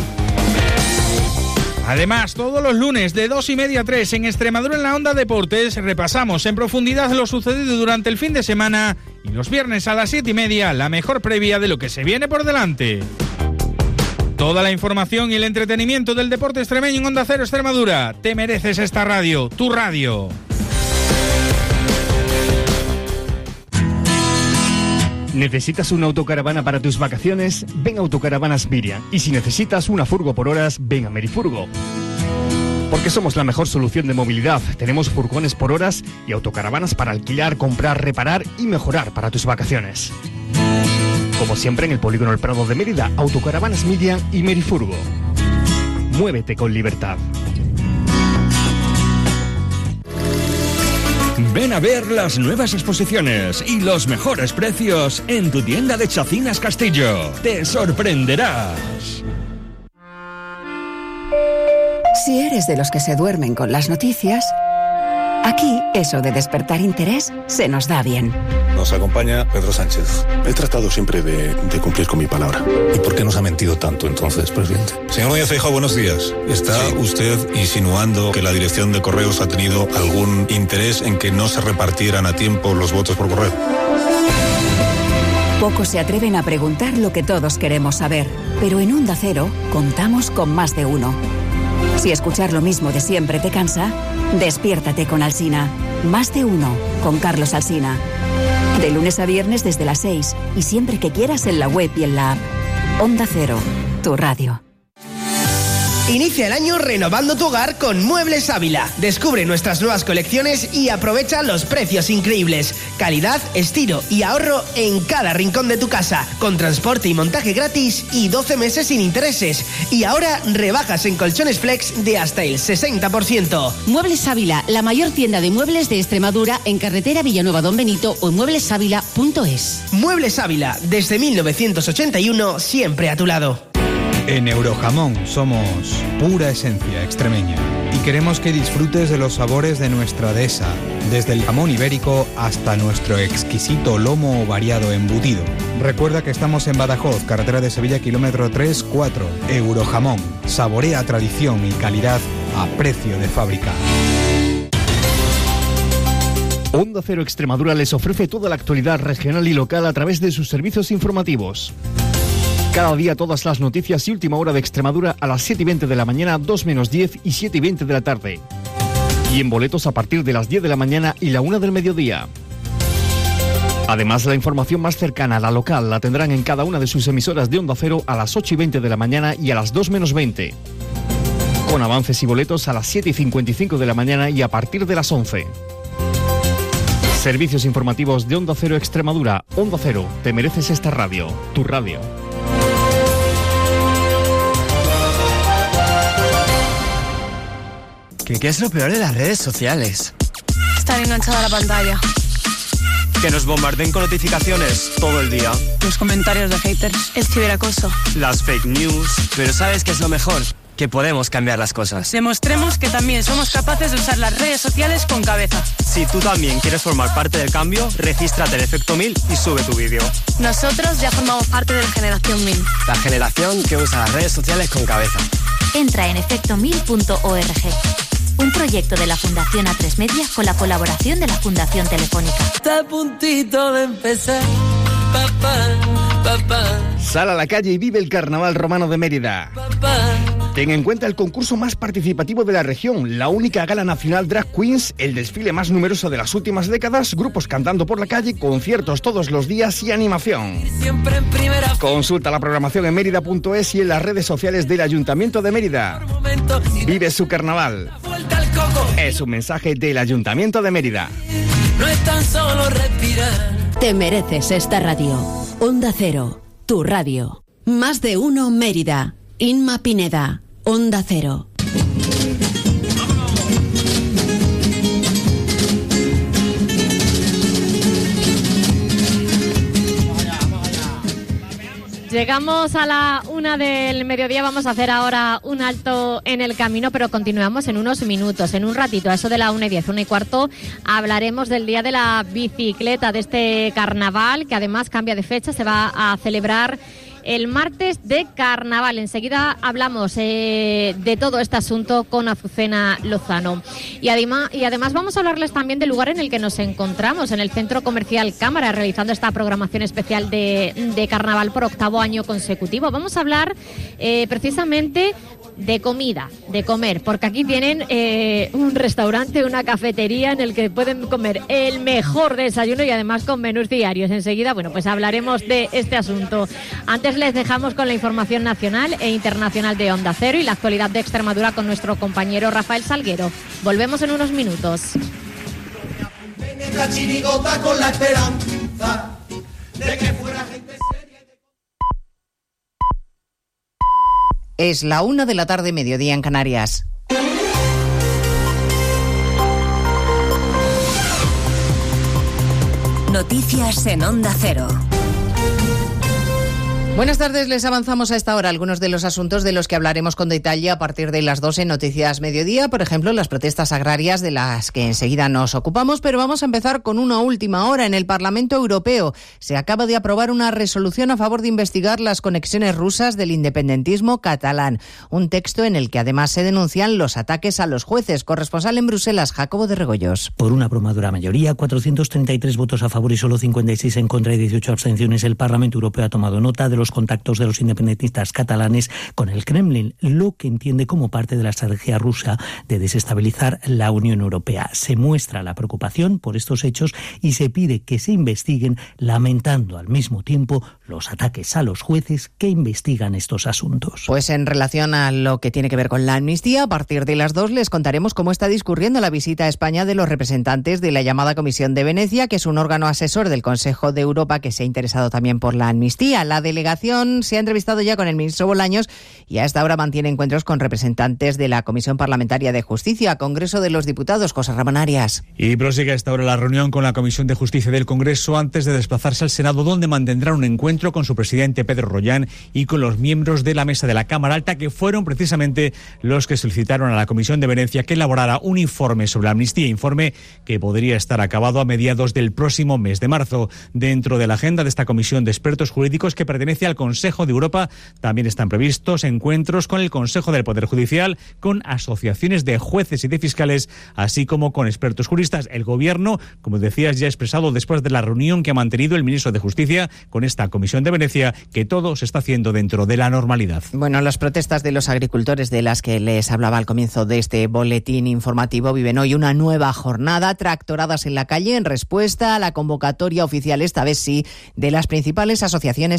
Además, todos los lunes de 2:30 a 3 en Extremadura en la Onda Deportes repasamos en profundidad lo sucedido durante el fin de semana y los viernes a las 7:30 la mejor previa de lo que se viene por delante. Toda la información y el entretenimiento del deporte extremeño en Onda Cero Extremadura. Te mereces esta radio, tu radio. ¿Necesitas una autocaravana para tus vacaciones? Ven a Autocaravanas Miriam. Y si necesitas una furgo por horas, ven a Merifurgo. Porque somos la mejor solución de movilidad. Tenemos furgones por horas y autocaravanas para alquilar, comprar, reparar y mejorar para tus vacaciones. Como siempre en el Polígono El Prado de Mérida, Autocaravanas Miriam y Merifurgo. Muévete con libertad. Ven a ver las nuevas exposiciones y los mejores precios en tu tienda de Chacinas Castillo. ¡Te sorprenderás! Si eres de los que se duermen con las noticias, aquí eso de despertar interés se nos da bien. Nos acompaña Pedro Sánchez. He tratado siempre de cumplir con mi palabra. ¿Y por qué nos ha mentido tanto entonces, presidente? Señor Núñez Feijóo, buenos días. ¿Está usted insinuando que la dirección de Correos ha tenido algún interés en que no se repartieran a tiempo los votos por correo? Pocos se atreven a preguntar lo que todos queremos saber, pero en Onda Cero contamos con más de uno. Si escuchar lo mismo de siempre te cansa, despiértate con Alsina. Más de Uno, con Carlos Alsina. De lunes a viernes desde las 6 y siempre que quieras en la web y en la app. Onda Cero, tu radio. Inicia el año renovando tu hogar con Muebles Ávila. Descubre nuestras nuevas colecciones y aprovecha los precios increíbles. Calidad, estilo y ahorro en cada rincón de tu casa. Con transporte y montaje gratis y 12 meses sin intereses. Y ahora rebajas en colchones flex de hasta el 60%. Muebles Ávila, la mayor tienda de muebles de Extremadura en carretera Villanueva Don Benito o en mueblesávila.es. Muebles Ávila, desde 1981, siempre a tu lado. En Eurojamón somos pura esencia extremeña y queremos que disfrutes de los sabores de nuestra dehesa, desde el jamón ibérico hasta nuestro exquisito lomo o variado embutido. Recuerda que estamos en Badajoz, carretera de Sevilla, kilómetro 3-4. Eurojamón, saborea tradición y calidad a precio de fábrica. Onda Cero Extremadura les ofrece toda la actualidad regional y local a través de sus servicios informativos. Cada día todas las noticias y última hora de Extremadura a las 7:20 de la mañana, 2 menos 10 y 7:20 de la tarde. Y en boletos a partir de las 10 de la mañana y la 1 del mediodía. Además, la información más cercana a la local la tendrán en cada una de sus emisoras de Onda Cero a las 8:20 de la mañana y a las 2 menos 20. Con avances y boletos a las 7:55 de la mañana y a partir de las 11. Servicios informativos de Onda Cero Extremadura. Onda Cero, te mereces esta radio, tu radio. ¿Qué es lo peor de las redes sociales? Estar enganchada a la pantalla. Que nos bombarden con notificaciones todo el día. Los comentarios de haters. El ciberacoso. Las fake news. Pero ¿sabes qué es lo mejor? Que podemos cambiar las cosas. Demostremos que también somos capaces de usar las redes sociales con cabeza. Si tú también quieres formar parte del cambio, regístrate en Efecto 1000 y sube tu vídeo. Nosotros ya formamos parte de la generación 1000. La generación que usa las redes sociales con cabeza. Entra en efecto1000.org. Un proyecto de la Fundación A3 Media con la colaboración de la Fundación Telefónica. Está a puntito de empezar, papá. Sal a la calle y vive el Carnaval Romano de Mérida. Ten en cuenta el concurso más participativo de la región, la única gala nacional Drag Queens, el desfile más numeroso de las últimas décadas, grupos cantando por la calle, conciertos todos los días y animación. Consulta la programación en mérida.es y en las redes sociales del Ayuntamiento de Mérida. Vive su carnaval. Es un mensaje del Ayuntamiento de Mérida. No es tan solo respirar. Te mereces esta radio. Onda Cero, tu radio. Más de uno Mérida. Inma Pineda, Onda Cero. Llegamos a la 1 del mediodía, vamos a hacer ahora un alto en el camino, pero continuamos en unos minutos, en un ratito, a eso de la 1:10, 1:15, hablaremos del Día de la Bicicleta, de este carnaval, que además cambia de fecha, se va a celebrar el martes de carnaval. Enseguida hablamos de todo este asunto con Azucena Lozano. Y además vamos a hablarles también del lugar en el que nos encontramos, en el Centro Comercial Cámara, realizando esta programación especial de carnaval por 8º año consecutivo. Vamos a hablar precisamente de comida, de comer, porque aquí tienen un restaurante, una cafetería en el que pueden comer el mejor desayuno y además con menús diarios. Enseguida, bueno, pues hablaremos de este asunto. Antes les dejamos con la información nacional e internacional de Onda Cero y la actualidad de Extremadura con nuestro compañero Rafael Salguero. Volvemos en unos minutos. La chirigota con la esperanza de que fuera gente seria. Es la 1 de la tarde, mediodía en Canarias. Noticias en Onda Cero. Buenas tardes, les avanzamos a esta hora algunos de los asuntos de los que hablaremos con detalle a partir de las 2 en Noticias Mediodía, por ejemplo, las protestas agrarias de las que enseguida nos ocupamos, pero vamos a empezar con una última hora. En el Parlamento Europeo se acaba de aprobar una resolución a favor de investigar las conexiones rusas del independentismo catalán, un texto en el que además se denuncian los ataques a los jueces. Corresponsal en Bruselas, Jacobo de Regoyos. Por una abrumadora mayoría, 433 votos a favor y solo 56 en contra y 18 abstenciones, el Parlamento Europeo ha tomado nota de los contactos de los independentistas catalanes con el Kremlin, lo que entiende como parte de la estrategia rusa de desestabilizar la Unión Europea. Se muestra la preocupación por estos hechos y se pide que se investiguen, lamentando al mismo tiempo los ataques a los jueces que investigan estos asuntos. Pues en relación a lo que tiene que ver con la amnistía, a partir de las 2 les contaremos cómo está discurriendo la visita a España de los representantes de la llamada Comisión de Venecia, que es un órgano asesor del Consejo de Europa que se ha interesado también por la amnistía. La delegación se ha entrevistado ya con el ministro Bolaños y a esta hora mantiene encuentros con representantes de la Comisión Parlamentaria de Justicia, Congreso de los Diputados. José Ramón Arias. Y prosigue a esta hora la reunión con la Comisión de Justicia del Congreso antes de desplazarse al Senado, donde mantendrá un encuentro con su presidente Pedro Rollán y con los miembros de la mesa de la Cámara Alta, que fueron precisamente los que solicitaron a la Comisión de Venecia que elaborara un informe sobre la amnistía, informe que podría estar acabado a mediados del próximo mes de marzo. Dentro de la agenda de esta comisión de expertos jurídicos que pertenece al Consejo de Europa también están previstos encuentros con el Consejo del Poder Judicial, con asociaciones de jueces y de fiscales, así como con expertos juristas. El Gobierno, como decías, ya ha expresado después de la reunión que ha mantenido el ministro de Justicia con esta Comisión de Venecia que todo se está haciendo dentro de la normalidad. Bueno, las protestas de los agricultores de las que les hablaba al comienzo de este boletín informativo viven hoy una nueva jornada, tractoradas en la calle en respuesta a la convocatoria oficial, esta vez sí, de las principales asociaciones agrarias.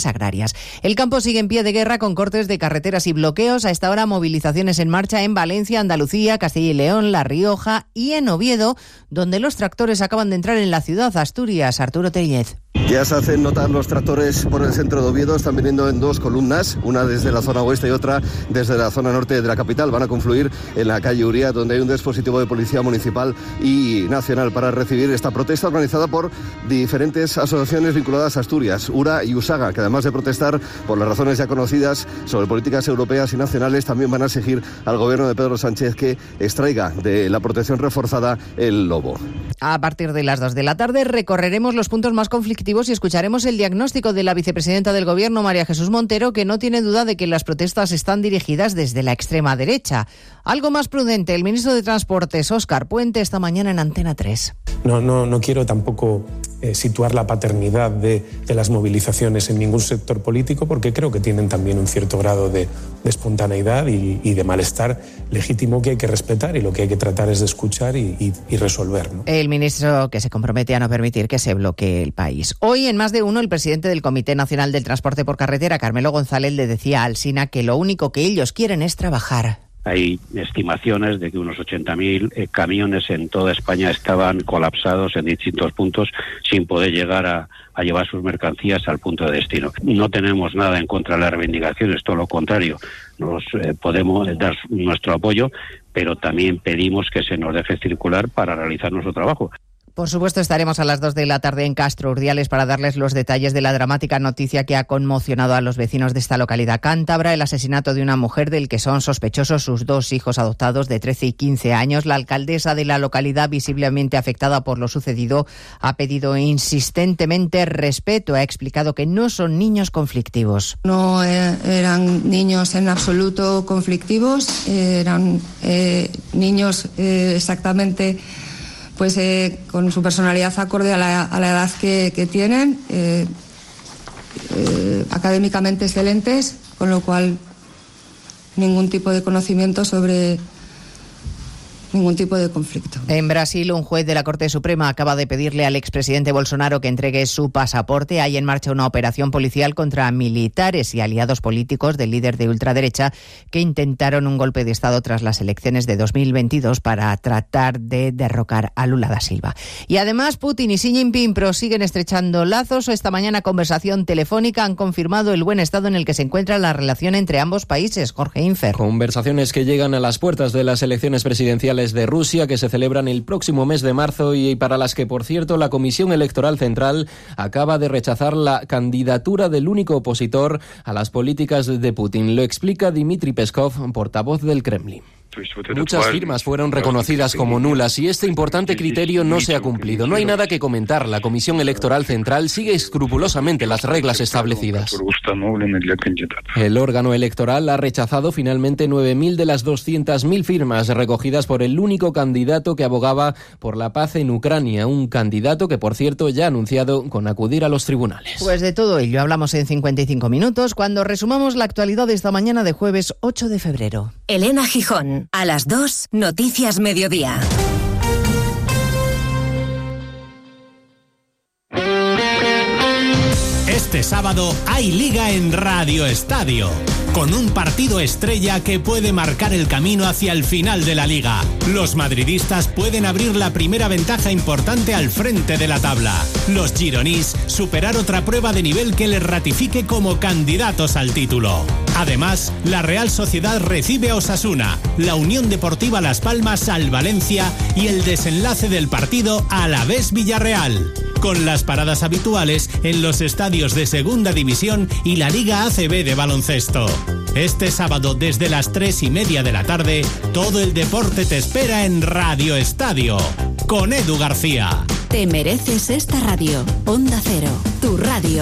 días. El campo sigue en pie de guerra con cortes de carreteras y bloqueos. A esta hora movilizaciones en marcha en Valencia, Andalucía, Castilla y León, La Rioja y en Oviedo, donde los tractores acaban de entrar en la ciudad. Asturias, Arturo Tellez. Ya se hacen notar los tractores por el centro de Oviedo, están viniendo en dos columnas, una desde la zona oeste y otra desde la zona norte de la capital. Van a confluir en la calle Uría, donde hay un dispositivo de policía municipal y nacional para recibir esta protesta organizada por diferentes asociaciones vinculadas a Asturias, URA y USAGA, que además de protestar por las razones ya conocidas sobre políticas europeas y nacionales, también van a exigir al gobierno de Pedro Sánchez que extraiga de la protección reforzada el lobo. A partir de las 2 de la tarde recorreremos los puntos más conflictivos y escucharemos el diagnóstico de la vicepresidenta del Gobierno, María Jesús Montero, que no tiene duda de que las protestas están dirigidas desde la extrema derecha. Algo más prudente, el ministro de Transportes, Óscar Puente, esta mañana en Antena 3. No quiero tampoco situar la paternidad de las movilizaciones en ningún sector político, porque creo que tienen también un cierto grado de espontaneidad y de malestar legítimo que hay que respetar, y lo que hay que tratar es de escuchar y resolver, ¿no? El ministro que se compromete a no permitir que se bloquee el país. Hoy, en Más de Uno, el presidente del Comité Nacional del Transporte por Carretera, Carmelo González, le decía a Alsina que lo único que ellos quieren es trabajar. Hay estimaciones de que unos 80.000 camiones en toda España estaban colapsados en distintos puntos sin poder llegar a llevar sus mercancías al punto de destino. No tenemos nada en contra de las reivindicaciones, todo lo contrario. Nos podemos dar nuestro apoyo, pero también pedimos que se nos deje circular para realizar nuestro trabajo. Por supuesto, estaremos a las 2 de la tarde en Castro Urdiales para darles los detalles de la dramática noticia que ha conmocionado a los vecinos de esta localidad cántabra, el asesinato de una mujer del que son sospechosos sus 2 hijos adoptados de 13 y 15 años. La alcaldesa de la localidad, visiblemente afectada por lo sucedido, ha pedido insistentemente respeto. Ha explicado que no son niños conflictivos. No eran niños en absoluto conflictivos, eran niños exactamente pues con su personalidad acorde a la edad que tienen, académicamente excelentes, con lo cual ningún tipo de conocimiento sobre ningún tipo de conflicto. En Brasil, un juez de la Corte Suprema acaba de pedirle al expresidente Bolsonaro que entregue su pasaporte. Hay en marcha una operación policial contra militares y aliados políticos del líder de ultraderecha que intentaron un golpe de Estado tras las elecciones de 2022 para tratar de derrocar a Lula da Silva. Y además, Putin y Xi Jinping prosiguen estrechando lazos. Esta mañana, conversación telefónica, han confirmado el buen estado en el que se encuentra la relación entre ambos países. Jorge Infer. Conversaciones que llegan a las puertas de las elecciones presidenciales de Rusia, que se celebran el próximo mes de marzo y para las que, por cierto, la Comisión Electoral Central acaba de rechazar la candidatura del único opositor a las políticas de Putin. Lo explica Dmitry Peskov, portavoz del Kremlin. Muchas firmas fueron reconocidas como nulas y este importante criterio no se ha cumplido. No hay nada que comentar. La Comisión Electoral Central sigue escrupulosamente las reglas establecidas. El órgano electoral ha rechazado finalmente 9.000 de las 200.000 firmas recogidas por el único candidato que abogaba por la paz en Ucrania, un candidato que, por cierto, ya ha anunciado con acudir a los tribunales. Pues de todo ello hablamos en 55 minutos cuando resumamos la actualidad de esta mañana de jueves 8 de febrero. Elena Gijón. A las 2, Noticias Mediodía. Este sábado hay Liga en Radio Estadio, con un partido estrella que puede marcar el camino hacia el final de la Liga. Los madridistas pueden abrir la primera ventaja importante al frente de la tabla. Los gironís superar otra prueba de nivel que les ratifique como candidatos al título. Además, la Real Sociedad recibe a Osasuna, la Unión Deportiva Las Palmas al Valencia y el desenlace del partido Alavés Villarreal, con las paradas habituales en los estadios de Segunda División y la Liga ACB de baloncesto. Este sábado desde las 3:30 de la tarde, todo el deporte te espera en Radio Estadio, con Edu García. Te mereces esta radio. Onda Cero, tu radio.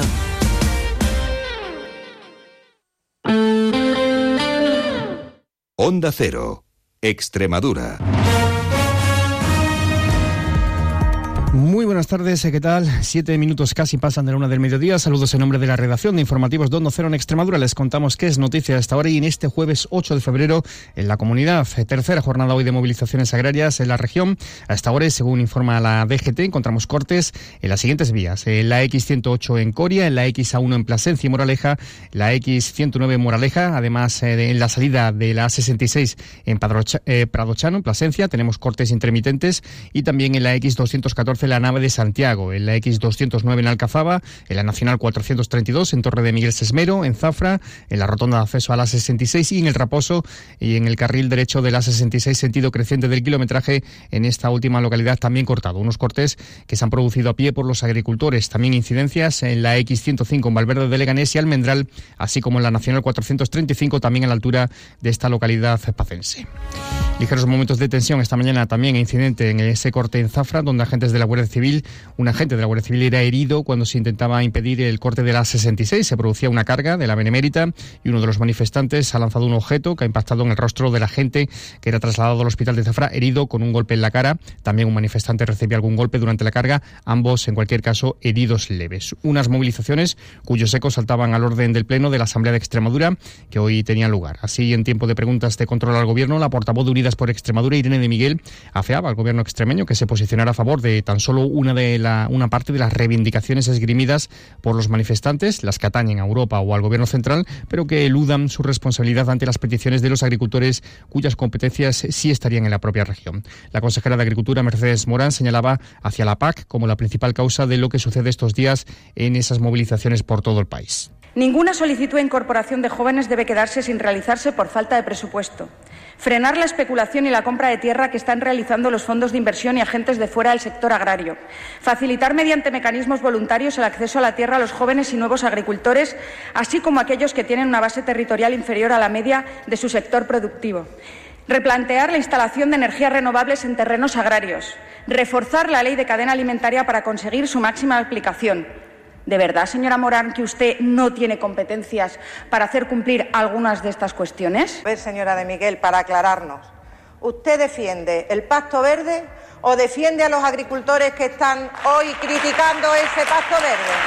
Onda Cero, Extremadura. Muy buenas tardes, ¿qué tal? 7 minutos casi pasan de la 1 del mediodía. Saludos en nombre de la redacción de informativos de Onda Cero en Extremadura. Les contamos qué es noticia a esta hora y en este jueves 8 de febrero en la comunidad. Tercera jornada hoy de movilizaciones agrarias en la región. A esta hora, según informa la DGT, encontramos cortes en las siguientes vías. En la X108 en Coria, en la XA1 en Plasencia y Moraleja, la X109 en Moraleja, además en la salida de la A66 en Pradochano, en Plasencia, tenemos cortes intermitentes y también en la X214 la nave de Santiago, en la X209 en Alcazaba, en la Nacional 432 en Torre de Miguel Sesmero, en Zafra, en la rotonda de acceso a la 66 y en el Raposo y en el carril derecho de la 66 sentido creciente del kilometraje en esta última localidad también cortado. Unos cortes que se han producido a pie por los agricultores. También incidencias en la X105 en Valverde de Leganés y Almendral, así como en la Nacional 435 también a la altura de esta localidad pacense. Ligeros momentos de tensión esta mañana también incidente en ese corte en Zafra, donde agentes de la Guardia Civil, un agente de la Guardia Civil era herido cuando se intentaba impedir el corte de la 66. Se producía una carga de la Benemérita y uno de los manifestantes ha lanzado un objeto que ha impactado en el rostro del agente que era trasladado al hospital de Zafra herido con un golpe en la cara. También un manifestante recibió algún golpe durante la carga, ambos en cualquier caso heridos leves. Unas movilizaciones cuyos ecos saltaban al orden del Pleno de la Asamblea de Extremadura que hoy tenía lugar. Así, en tiempo de preguntas de control al Gobierno, la portavoz de Unidas por Extremadura, Irene de Miguel, afeaba al Gobierno extremeño que se posicionara a favor de tan solo una parte de las reivindicaciones esgrimidas por los manifestantes, las que atañen a Europa o al Gobierno central, pero que eludan su responsabilidad ante las peticiones de los agricultores cuyas competencias sí estarían en la propia región. La consejera de Agricultura, Mercedes Morán, señalaba hacia la PAC como la principal causa de lo que sucede estos días en esas movilizaciones por todo el país. Ninguna solicitud de incorporación de jóvenes debe quedarse sin realizarse por falta de presupuesto. Frenar la especulación y la compra de tierra que están realizando los fondos de inversión y agentes de fuera del sector agrario. Facilitar mediante mecanismos voluntarios el acceso a la tierra a los jóvenes y nuevos agricultores, así como a aquellos que tienen una base territorial inferior a la media de su sector productivo. Replantear la instalación de energías renovables en terrenos agrarios. Reforzar la ley de cadena alimentaria para conseguir su máxima aplicación. ¿De verdad, señora Morán, que usted no tiene competencias para hacer cumplir algunas de estas cuestiones? A ver, señora de Miguel, para aclararnos, ¿usted defiende el Pacto Verde o defiende a los agricultores que están hoy criticando ese Pacto Verde?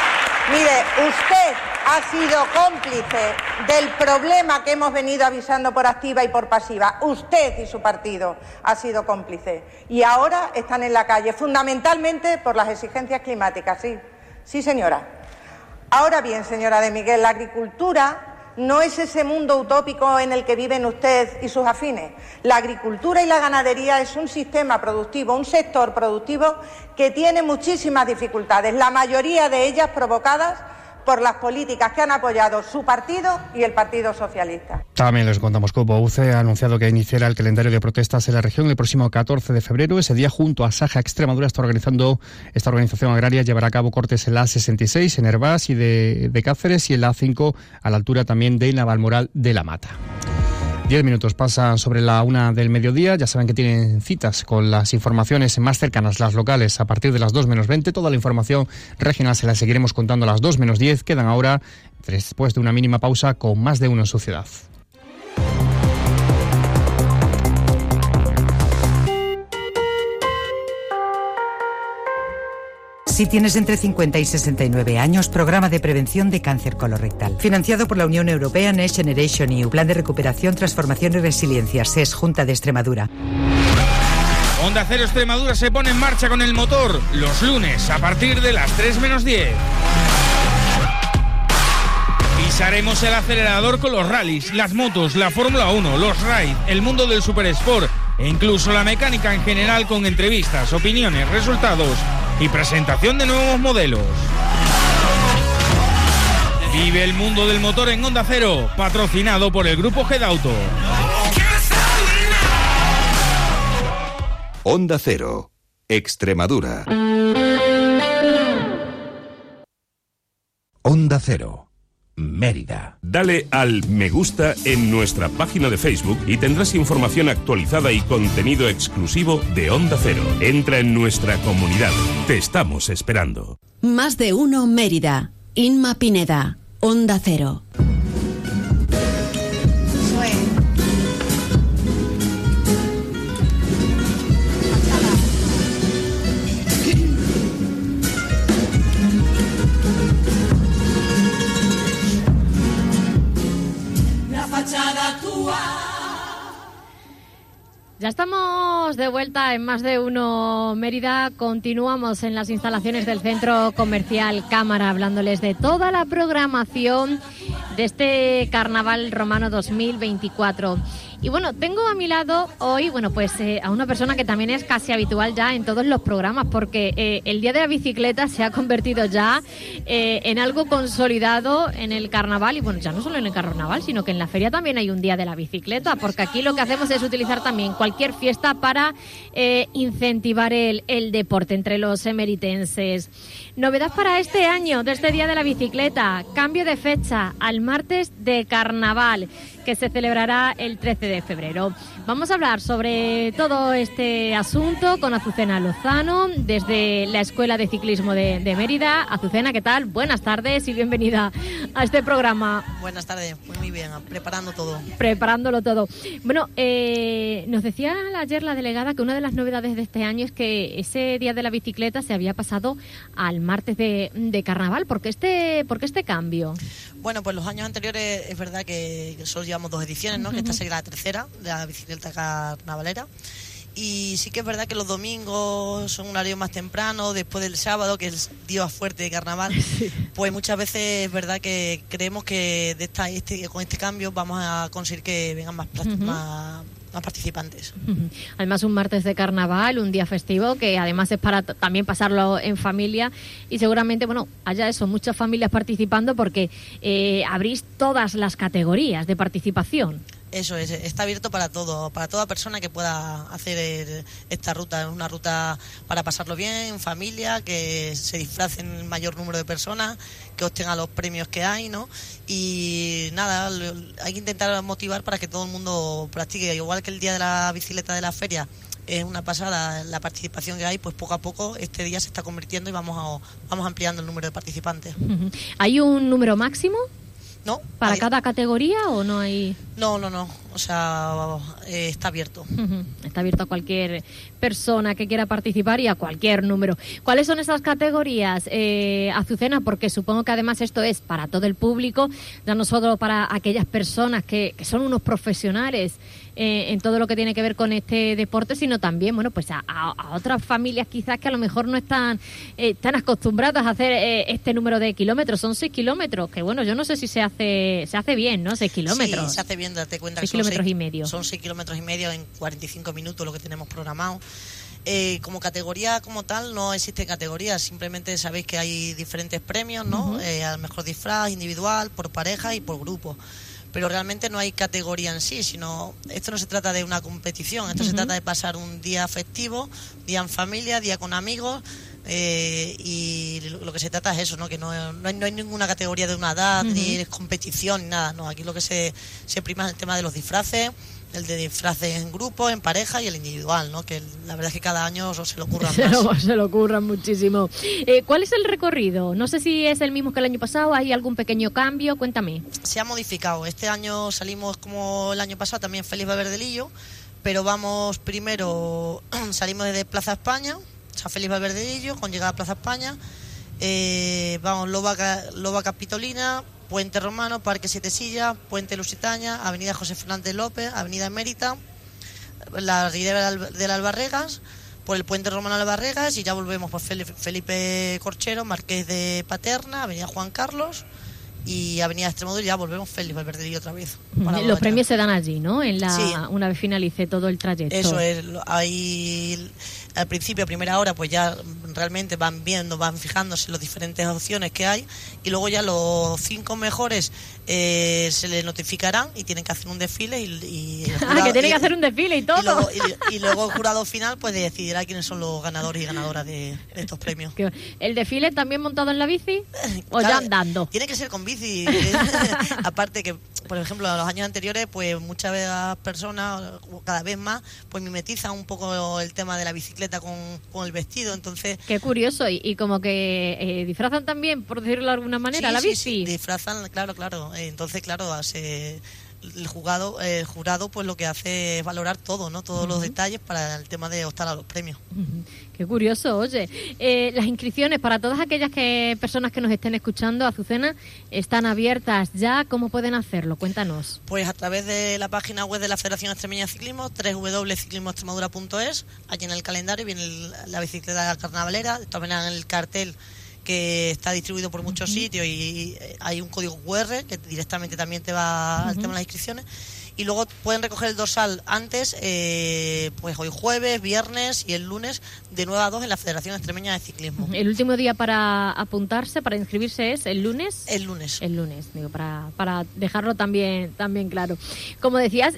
Mire, usted ha sido cómplice del problema que hemos venido avisando por activa y por pasiva. Usted y su partido ha sido cómplice. Y ahora están en la calle, fundamentalmente por las exigencias climáticas, sí. Sí, señora. Ahora bien, señora de Miguel, la agricultura no es ese mundo utópico en el que viven usted y sus afines. La agricultura y la ganadería es un sistema productivo, un sector productivo que tiene muchísimas dificultades, la mayoría de ellas provocadas por las políticas que han apoyado su partido y el Partido Socialista. También les contamos que UCE ha anunciado que iniciará el calendario de protestas en la región el próximo 14 de febrero. Ese día, junto a Saja Extremadura, esta organización agraria llevará a cabo cortes en la A66, en Hervás y de Cáceres, y en la A5 a la altura también de Navalmoral de la Mata. 10 minutos pasan sobre la 1 del mediodía. Ya saben que tienen citas con las informaciones más cercanas, las locales, a partir de las 2 menos 20. Toda la información regional se la seguiremos contando a las 2 menos 10. Quedan ahora, después de una mínima pausa, con Más de Uno en su ciudad. Si tienes entre 50 y 69 años, programa de prevención de cáncer colorectal. Financiado por la Unión Europea, Next Generation EU, Plan de Recuperación, Transformación y Resiliencia, SES, Junta de Extremadura. Onda Cero Extremadura se pone en marcha con el motor los lunes a partir de las 3 menos 10. Pisaremos el acelerador con los rallies, las motos, la Fórmula 1, los ride, el mundo del supersport e incluso la mecánica en general, con entrevistas, opiniones, resultados y presentación de nuevos modelos. Vive el mundo del motor en Onda Cero, patrocinado por el Grupo Gedauto. Onda Cero, Extremadura. Onda Cero, Mérida. Dale al me gusta en nuestra página de Facebook y tendrás información actualizada y contenido exclusivo de Onda Cero. Entra en nuestra comunidad. Te estamos esperando. Más de Uno Mérida. Inma Pineda, Onda Cero. Ya estamos de vuelta en Más de Uno Mérida. Continuamos en las instalaciones del Centro Comercial Cámara, hablándoles de toda la programación de este Carnaval Romano 2024. Y bueno, tengo a mi lado hoy, a una persona que también es casi habitual ya en todos los programas, porque el Día de la Bicicleta se ha convertido ya en algo consolidado en el Carnaval. Y bueno, ya no solo en el Carnaval, sino que en la feria también hay un Día de la Bicicleta, porque aquí lo que hacemos es utilizar también cualquier fiesta para incentivar el deporte entre los emeritenses. Novedad para este año de este Día de la Bicicleta: cambio de fecha al martes de Carnaval, que se celebrará el 13 de febrero. Vamos a hablar sobre todo este asunto con Azucena Lozano, desde la Escuela de Ciclismo de Mérida. Azucena, ¿qué tal? Buenas tardes y bienvenida a este programa. Buenas tardes, muy bien, Preparándolo todo. Bueno, nos decía ayer la delegada que una de las novedades de este año es que ese Día de la Bicicleta se había pasado al martes de Carnaval. ¿Por qué este cambio? Bueno, pues los años anteriores es verdad que solo llevamos 2 ediciones, ¿no? Que esta sería la tercera de la bicicleta carnavalera. Y sí que es verdad que los domingos son un horario más temprano, después del sábado, que es el día fuerte de carnaval. Pues muchas veces es verdad que creemos que con este cambio vamos a conseguir que vengan más participantes. Además, un martes de carnaval, un día festivo, que además es para también pasarlo en familia, y seguramente, haya muchas familias participando, porque abrís todas las categorías de participación. Eso es, está abierto para toda persona que pueda hacer esta ruta. Es una ruta para pasarlo bien, en familia, que se disfracen el mayor número de personas, que obtengan los premios que hay, ¿no? Y nada, hay que intentar motivar para que todo el mundo practique. Igual que el día de la bicicleta de la feria es una pasada la participación que hay, pues poco a poco este día se está convirtiendo y vamos ampliando el número de participantes. ¿Hay un número máximo? No. ¿Para cada categoría o no hay...? No. O sea, está abierto. Está abierto a cualquier persona que quiera participar y a cualquier número. ¿Cuáles son esas categorías, Azucena? Porque supongo que además esto es para todo el público, ya no solo para aquellas personas que son unos profesionales en todo lo que tiene que ver con este deporte, sino también, a otras familias quizás que a lo mejor no están tan acostumbradas a hacer este número de kilómetros. Son 6 kilómetros, que yo no sé si se hace bien, ¿no? 6 kilómetros. Sí, se hace bien, date cuenta que 6 kilómetros y medio. Son 6 kilómetros y medio en 45 minutos lo que tenemos programado. Como categoría como tal no existe categoría, simplemente sabéis que hay diferentes premios, ¿no? Al mejor disfraz, individual, por pareja y por grupo. Pero realmente no hay categoría en sí, sino esto no se trata de una competición, esto se trata de pasar un día festivo, día en familia, día con amigos, y lo que se trata es eso, ¿no? Que no hay ninguna categoría de una edad, ni competición, ni nada, no. Aquí lo que se prima es el tema de los disfraces, el de disfraces en grupo, en pareja y el individual, ¿no? Que la verdad es que cada año se lo ocurran más. Se lo ocurran muchísimo. ¿Cuál es el recorrido? No sé si es el mismo que el año pasado, ¿hay algún pequeño cambio? Cuéntame. Se ha modificado. Este año salimos como el año pasado, también Félix Valverdelillo, pero vamos primero, salimos desde Plaza España, o sea, Félix Valverdelillo, con llegada a Plaza España, vamos Loba Capitolina, Puente Romano, Parque Siete Sillas, Puente Lusitaña, Avenida José Fernández López, Avenida Emérita, la Ribera del Albarregas, por el Puente Romano Albarregas, y ya volvemos por Felipe Corchero, Marqués de Paterna, Avenida Juan Carlos y Avenida Extremadura, y ya volvemos Félix Valverdelillo otra vez. Los premios se dan allí, ¿no? Sí. Una vez finalice todo el trayecto. Eso es, ahí al principio, a primera hora, pues ya realmente van fijándose las diferentes opciones que hay, y luego ya los 5 mejores se les notificarán y tienen que hacer un desfile que tienen que hacer un desfile y todo. Y luego el jurado final pues decidirá quiénes son los ganadores y ganadoras de estos premios. ¿El desfile también montado en la bici o claro, ya andando? Tiene que ser con bici. Aparte que, por ejemplo, en los años anteriores, pues muchas de las personas, cada vez más, pues mimetizan un poco el tema de la bicicleta con el vestido, entonces... Qué curioso, y como que disfrazan también, por decirlo de alguna manera, la bici. Sí, disfrazan, claro. Entonces, claro, el jurado pues lo que hace es valorar todo, ¿no? Todos los detalles para el tema de optar a los premios. Qué curioso, oye. Las inscripciones para todas aquellas personas que nos estén escuchando, Azucena, están abiertas ya. ¿Cómo pueden hacerlo? Cuéntanos. Pues a través de la página web de la Federación Extremeña de Ciclismo, www.ciclismoextremadura.es. Allí en el calendario viene la bicicleta carnavalera, también en el cartel que está distribuido por muchos sitios, y hay un código QR que directamente también te va al tema de las inscripciones. Y luego pueden recoger el dorsal antes, pues hoy jueves, viernes y el lunes de 9 a 2 en la Federación Extremeña de Ciclismo. ¿El último día para apuntarse, para inscribirse es el lunes? El lunes. El lunes, digo, para dejarlo también claro. Como decías,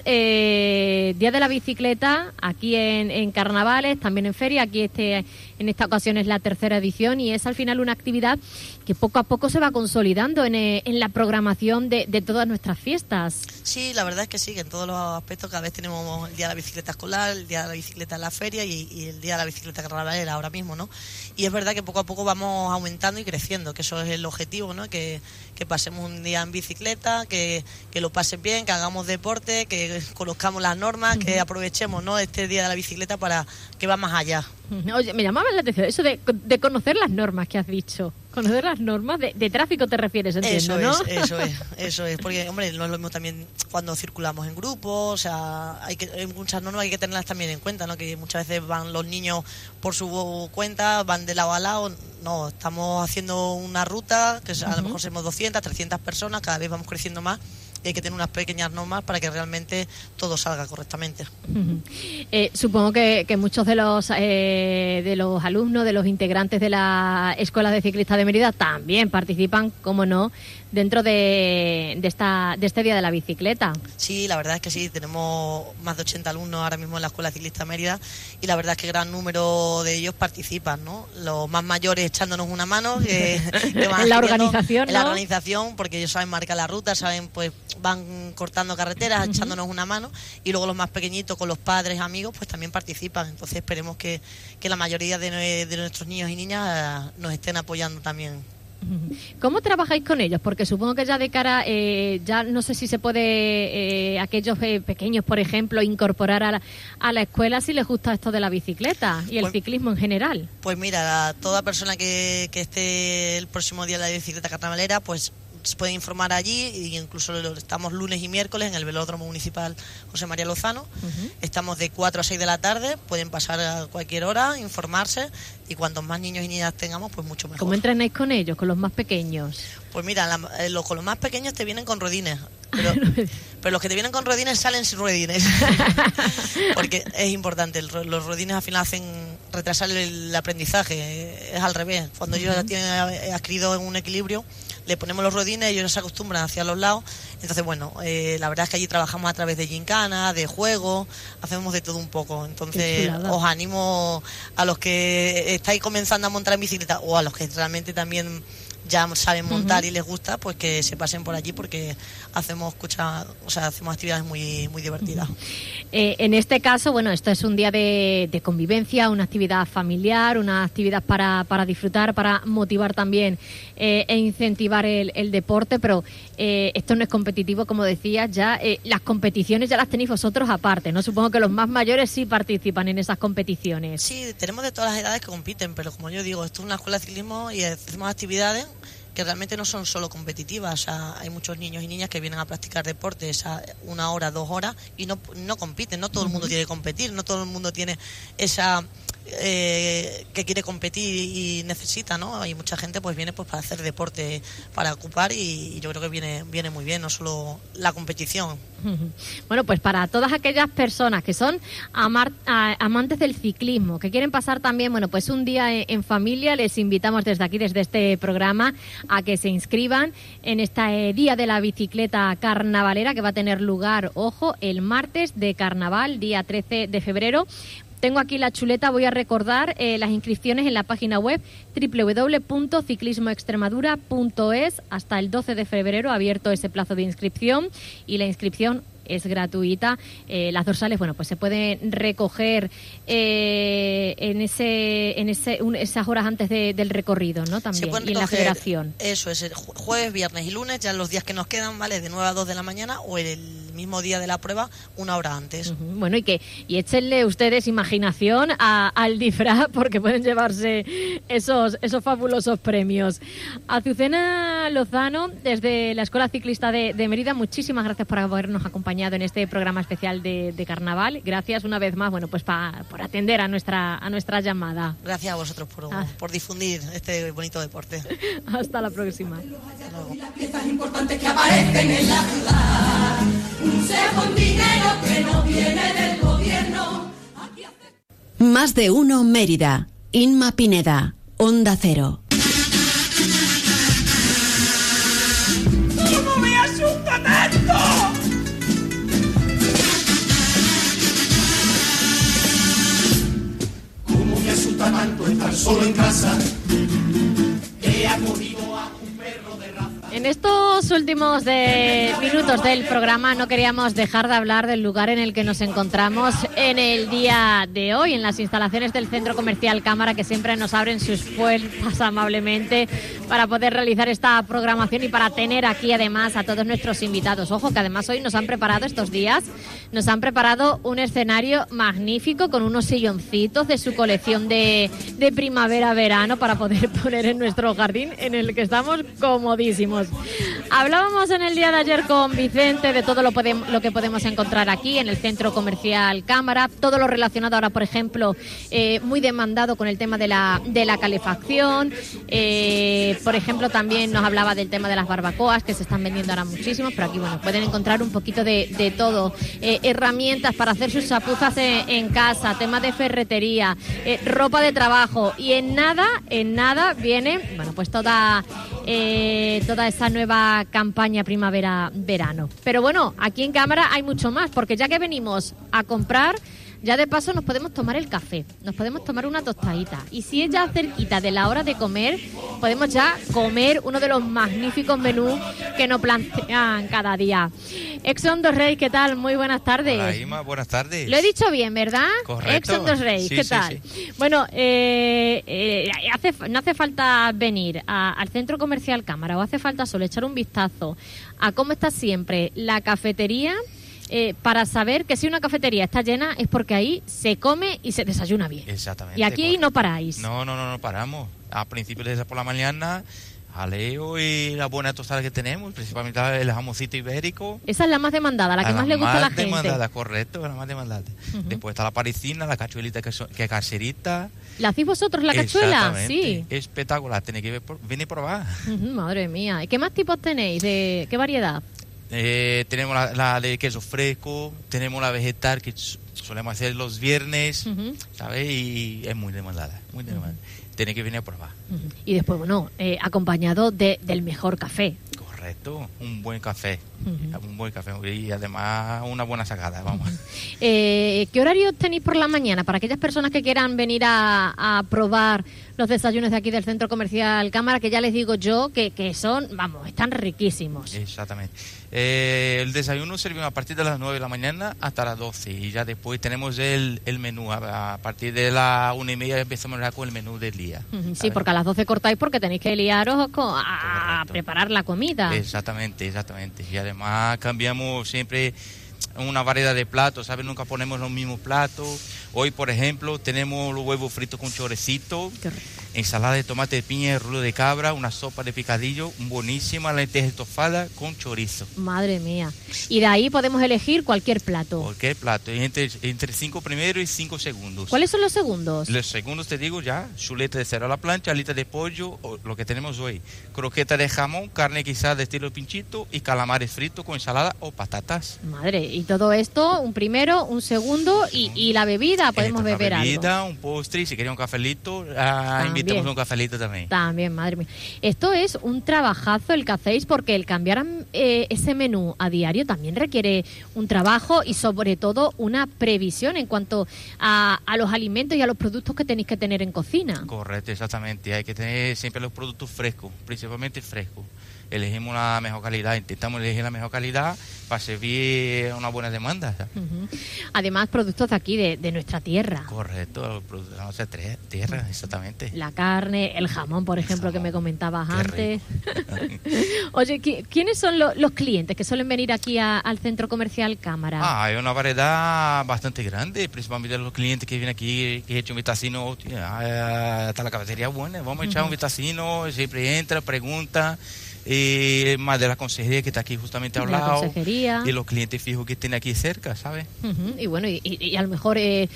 Día de la Bicicleta aquí en Carnavales, también en Feria, aquí en esta ocasión es la tercera edición y es al final una actividad que poco a poco se va consolidando en la programación de todas nuestras fiestas. Sí, la verdad es que sí, que en todos los aspectos cada vez tenemos el Día de la Bicicleta Escolar, el Día de la Bicicleta en la Feria y el Día de la Bicicleta Carnavalera ahora mismo, ¿no? Y es verdad que poco a poco vamos aumentando y creciendo, que eso es el objetivo, ¿no? Que pasemos un día en bicicleta, que lo pasen bien, que hagamos deporte, que conozcamos las normas, que aprovechemos, ¿no? Este Día de la Bicicleta para que va más allá. Oye, me llamaba la atención eso de conocer las normas que has dicho. Conocer las normas de tráfico te refieres, entiendo, ¿no? Eso es, porque, hombre, no es lo mismo también cuando circulamos en grupo, o sea, hay muchas normas hay que tenerlas también en cuenta, ¿no? Que muchas veces van los niños por su cuenta, van de lado a lado. No, estamos haciendo una ruta que a lo mejor somos 200, 300 personas, cada vez vamos creciendo más. Y hay que tener unas pequeñas normas para que realmente todo salga correctamente. Supongo que muchos de los alumnos, de los integrantes de la Escuela de Ciclistas de Mérida también participan, como no, dentro de este Día de la Bicicleta. Sí, la verdad es que sí, tenemos más de 80 alumnos ahora mismo en la Escuela de Ciclistas de Mérida y la verdad es que gran número de ellos participan, ¿no? Los más mayores echándonos una mano que van en la organización, ¿no? En la organización, porque ellos saben marcar la ruta, saben, pues van cortando carreteras, echándonos una mano, y luego los más pequeñitos con los padres, amigos, pues también participan. Entonces esperemos que la mayoría de nuestros niños y niñas nos estén apoyando también. ¿Cómo trabajáis con ellos? Porque supongo que ya de cara, ya no sé si se puede, aquellos pequeños, por ejemplo, incorporar a la escuela si les gusta esto de la bicicleta y el ciclismo en general. Pues mira, toda persona que esté el próximo día de la bicicleta carnavalera, pues se puede informar allí, y incluso estamos lunes y miércoles en el Velódromo Municipal José María Lozano. Estamos de 4 a 6 de la tarde, pueden pasar a cualquier hora, informarse, y cuantos más niños y niñas tengamos, pues mucho mejor. ¿Cómo entrenáis con ellos, con los más pequeños? Pues mira, con los más pequeños te vienen con rodines, pero los que te vienen con rodines salen sin rodines, porque es importante, los rodines al final hacen retrasar el aprendizaje, es al revés. Cuando ellos ya tienen adquirido un equilibrio, le ponemos los rodines, ellos se acostumbran hacia los lados. Entonces, bueno, la verdad es que allí trabajamos a través de gincanas, de juegos, hacemos de todo un poco. Entonces, os animo a los que estáis comenzando a montar en bicicleta, o a los que realmente también ya saben montar y les gusta, pues que se pasen por allí, porque hacemos actividades muy, muy divertidas. En este caso, bueno, esto es un día de convivencia, una actividad familiar, una actividad para disfrutar, para motivar también e incentivar el deporte, pero esto no es competitivo, como decías, ya las competiciones ya las tenéis vosotros aparte, ¿no? Supongo que los más mayores sí participan en esas competiciones. Sí, tenemos de todas las edades que compiten, pero como yo digo, esto es una escuela de ciclismo y hacemos actividades que realmente no son solo competitivas. O sea, hay muchos niños y niñas que vienen a practicar deporte 1 hora, 2 horas y no compiten. No todo el mundo tiene que competir, no todo el mundo tiene esa que quiere competir y necesita, ¿no? Hay mucha gente pues viene pues para hacer deporte, para ocupar, y yo creo que viene muy bien, no solo la competición. Bueno, pues para todas aquellas personas que son amantes del ciclismo, que quieren pasar también, bueno, pues un día en familia, les invitamos desde aquí, desde este programa, a que se inscriban en este Día de la Bicicleta Carnavalera, que va a tener lugar, ojo, el martes de Carnaval, día 13 de febrero. Tengo aquí la chuleta, voy a recordar las inscripciones en la página web www.ciclismoextremadura.es. Hasta el 12 de febrero abierto ese plazo de inscripción, y la inscripción es gratuita. Las dorsales, bueno, pues se pueden recoger esas horas antes del recorrido, ¿no? También, y en la federación. Eso es, el jueves, viernes y lunes, ya los días que nos quedan, ¿vale? De 9 a 2 de la mañana, o el mismo día de la prueba, 1 hora antes. Bueno, y échenle ustedes imaginación al disfraz, porque pueden llevarse esos fabulosos premios. Azucena Lozano, desde la Escuela Ciclista de Mérida, muchísimas gracias por habernos acompañado en este programa especial de carnaval. Gracias una vez más, bueno, pues por atender a nuestra llamada. Gracias a vosotros por difundir este bonito deporte. Hasta la próxima. Las piezas importantes que aparecen en la ciudad, un sea con dinero que no viene del gobierno. Más de uno Mérida. Inma Pineda, Onda Cero. ¿Cómo me asusta tanto? ¿Cómo me asusta tanto estar solo en casa? He acudido a un perro de raza. En estos últimos minutos del programa no queríamos dejar de hablar del lugar en el que nos encontramos en el día de hoy, en las instalaciones del Centro Comercial Cámara, que siempre nos abren sus puertas amablemente para poder realizar esta programación y para tener aquí además a todos nuestros invitados. Ojo, que además hoy nos han preparado estos días, nos han preparado un escenario magnífico con unos silloncitos de su colección de primavera-verano para poder poner en nuestro jardín, en el que estamos comodísimos. Hablábamos en el día de ayer con Vicente de todo lo que podemos encontrar aquí en el Centro Comercial Cámara, todo lo relacionado ahora, por ejemplo, muy demandado con el tema de la calefacción. Por ejemplo, también nos hablaba del tema de las barbacoas, que se están vendiendo ahora muchísimo, pero aquí, bueno, pueden encontrar un poquito de todo. Herramientas para hacer sus chapuzas en casa, temas de ferretería, ropa de trabajo, y en nada viene, bueno, pues toda esa nueva campaña primavera-verano. Pero bueno, aquí en Cámara hay mucho más, porque ya que venimos a comprar, ya de paso nos podemos tomar el café, nos podemos tomar una tostadita, y si es ya cerquita de la hora de comer, podemos ya comer uno de los magníficos menús que nos plantean cada día. Exxon Dos Reis, ¿qué tal? Muy buenas tardes. Hola, Ima, buenas tardes. Lo he dicho bien, ¿verdad? Correcto. Exxon Dos Reis, sí, ¿qué sí, tal? Sí. Bueno, no hace falta venir al Centro Comercial Cámara, o hace falta solo echar un vistazo a cómo está siempre la cafetería, para saber que si una cafetería está llena es porque ahí se come y se desayuna bien. Exactamente. Y aquí no paráis. No paramos. A principios de por la mañana, jaleo y la buena tostada que tenemos, principalmente el jamoncito ibérico. Esa es la más demandada, la que más le gusta a la gente. La más demandada, correcto, la más demandada. Después está la parisina, la cachuelita que es caserita. ¿La hacéis vosotros, la cachuela? Sí. Espectacular, tenéis que venir a probar. Madre mía. ¿Y qué más tipos tenéis? ¿Qué variedad? Tenemos la de queso fresco, tenemos la vegetal que solemos hacer los viernes, ¿sabes? Y es muy demandada, muy demandada. Tiene que venir a probar. Y después, bueno, acompañado del mejor café. Correcto, un buen café. Un buen café y además una buena sacada, vamos. ¿Qué horario tenéis por la mañana para aquellas personas que quieran venir a probar los desayunos de aquí del Centro Comercial Cámara, que ya les digo yo que son, vamos, están riquísimos? Exactamente. El desayuno servimos a partir de las 9 de la mañana hasta las 12 y ya después tenemos el menú. A partir de las 1:30 empezamos con el menú del día. Sí, porque a las 12 cortáis porque tenéis que liaros a preparar la comida. Exactamente. Y además cambiamos siempre una variedad de platos, ¿sabes? Nunca ponemos los mismos platos. Hoy, por ejemplo, tenemos los huevos fritos con chorecito, ensalada de tomate de piña y rulo de cabra, una sopa de picadillo buenísima, lentejas estofadas con chorizo. Madre mía. Y de ahí podemos elegir cualquier plato. Cualquier plato, entre 5 primeros y 5 segundos. ¿Cuáles son los segundos? Los segundos te digo ya, chuleta de cerdo a la plancha, alita de pollo, o lo que tenemos hoy, croqueta de jamón, carne guisada de estilo pinchito y calamares fritos con ensalada o patatas. Madre, y todo esto, un primero, un segundo y la bebida, podemos beber algo. Una bebida, un postre, y si quería un cafelito, invitamos un cafelito también. También, madre mía. Esto es un trabajazo el que hacéis, porque el cambiar ese menú a diario también requiere un trabajo y sobre todo una previsión en cuanto a los alimentos y a los productos que tenéis que tener en cocina. Correcto, exactamente. Hay que tener siempre los productos frescos, principalmente frescos. elegimos la mejor calidad, intentamos elegir la mejor calidad para servir una buena demanda. Además, productos de aquí, de nuestra tierra. Correcto, productos de nuestra tierra, exactamente. La carne, el jamón, por ejemplo, que me comentabas antes. Oye, ¿quiénes son los clientes que suelen venir aquí al Centro Comercial Cámara? Hay una variedad bastante grande, principalmente los clientes que vienen aquí, que he hecho un vitacino, hasta la cafetería buena, vamos a echar un vitacino, siempre entra, pregunta. Más de la consejería que está aquí justamente al lado, y los clientes fijos que tienen aquí cerca, ¿sabes? Y bueno, y a lo mejor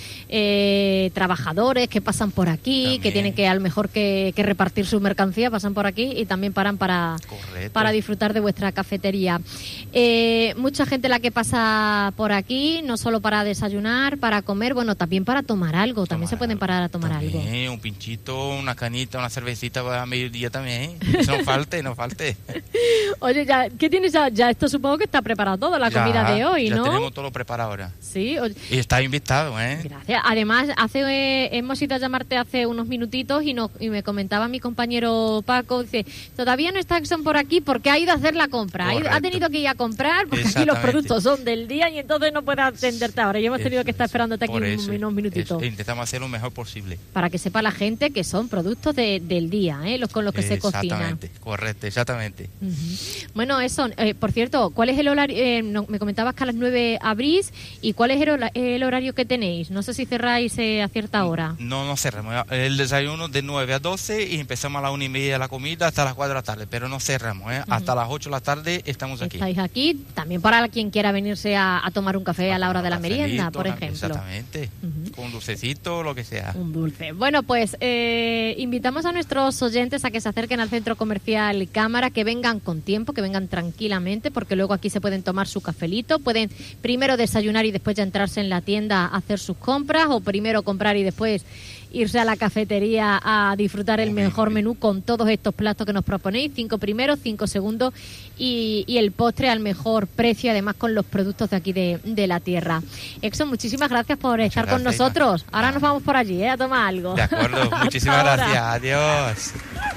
trabajadores que pasan por aquí, también, que tienen que a lo mejor que repartir su mercancía, pasan por aquí y también paran para disfrutar de vuestra cafetería. Mucha gente la que pasa por aquí, no solo para desayunar, para comer, bueno, también para tomar algo, también se pueden parar a tomar algo. Un pinchito, una canita, una cervecita a mediodía también, no falte. Oye, ¿qué tienes ya? Esto supongo que está preparado todo, la comida de hoy, ¿no? Ya tenemos todo preparado ahora. Sí. Y está invitado, Gracias. Además, hemos ido a llamarte hace unos minutitos y me comentaba mi compañero Paco, dice, todavía no está Exxon por aquí porque ha ido a hacer la compra. Ha tenido que ir a comprar porque aquí los productos son del día y entonces no puede atenderte ahora. Y hemos tenido que estar esperándote aquí unos minutitos. Intentamos hacer lo mejor posible. Para que sepa la gente que son productos del día, con los que se cocinan. Exactamente, correcto, exactamente. Bueno, eso, por cierto, ¿cuál es el horario? Me comentabas que a las 9 abrís, ¿y cuál es el horario que tenéis? No sé si cerráis a cierta hora. No cerramos. El desayuno de 9 a 12 y empezamos a las 1:30 la comida hasta las 4 de la tarde, pero no cerramos, hasta las 8 de la tarde estamos aquí. Estáis aquí, también para quien quiera venirse a tomar un café a la hora de la merienda, por ejemplo. Exactamente, con un dulcecito, lo que sea. Un dulce. Bueno, pues invitamos a nuestros oyentes a que se acerquen al Centro Comercial Cámara, que vengan con tiempo, que vengan tranquilamente, porque luego aquí se pueden tomar su cafelito, pueden primero desayunar y después ya entrarse en la tienda a hacer sus compras, o primero comprar y después irse a la cafetería a disfrutar el mejor menú con todos estos platos que nos proponéis, 5 primeros, 5 segundos y el postre al mejor precio, además con los productos de aquí de la tierra. Exxon, muchísimas gracias por estar con nosotros. Ahora nos vamos por allí, a tomar algo. De acuerdo, muchísimas gracias. Adiós.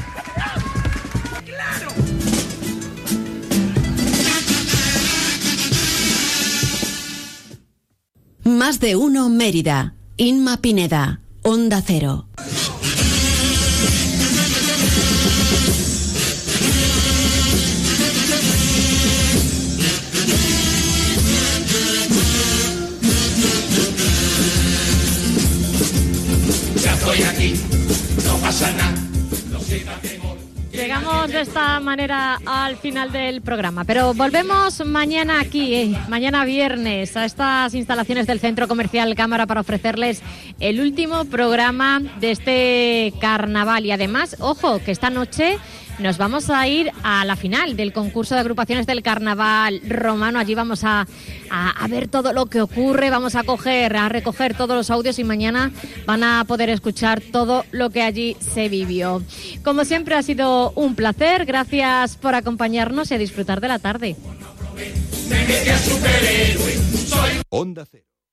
Más de uno Mérida. Inma Pineda, Onda Cero. Ya estoy aquí, no pasa nada. Llegamos de esta manera al final del programa, pero volvemos mañana aquí, mañana viernes, a estas instalaciones del Centro Comercial Cámara para ofrecerles el último programa de este carnaval. Y además, ojo, que esta noche nos vamos a ir a la final del concurso de agrupaciones del Carnaval Romano. Allí vamos a ver todo lo que ocurre, vamos a recoger todos los audios y mañana van a poder escuchar todo lo que allí se vivió. Como siempre ha sido un placer, gracias por acompañarnos y a disfrutar de la tarde. Onda Cero.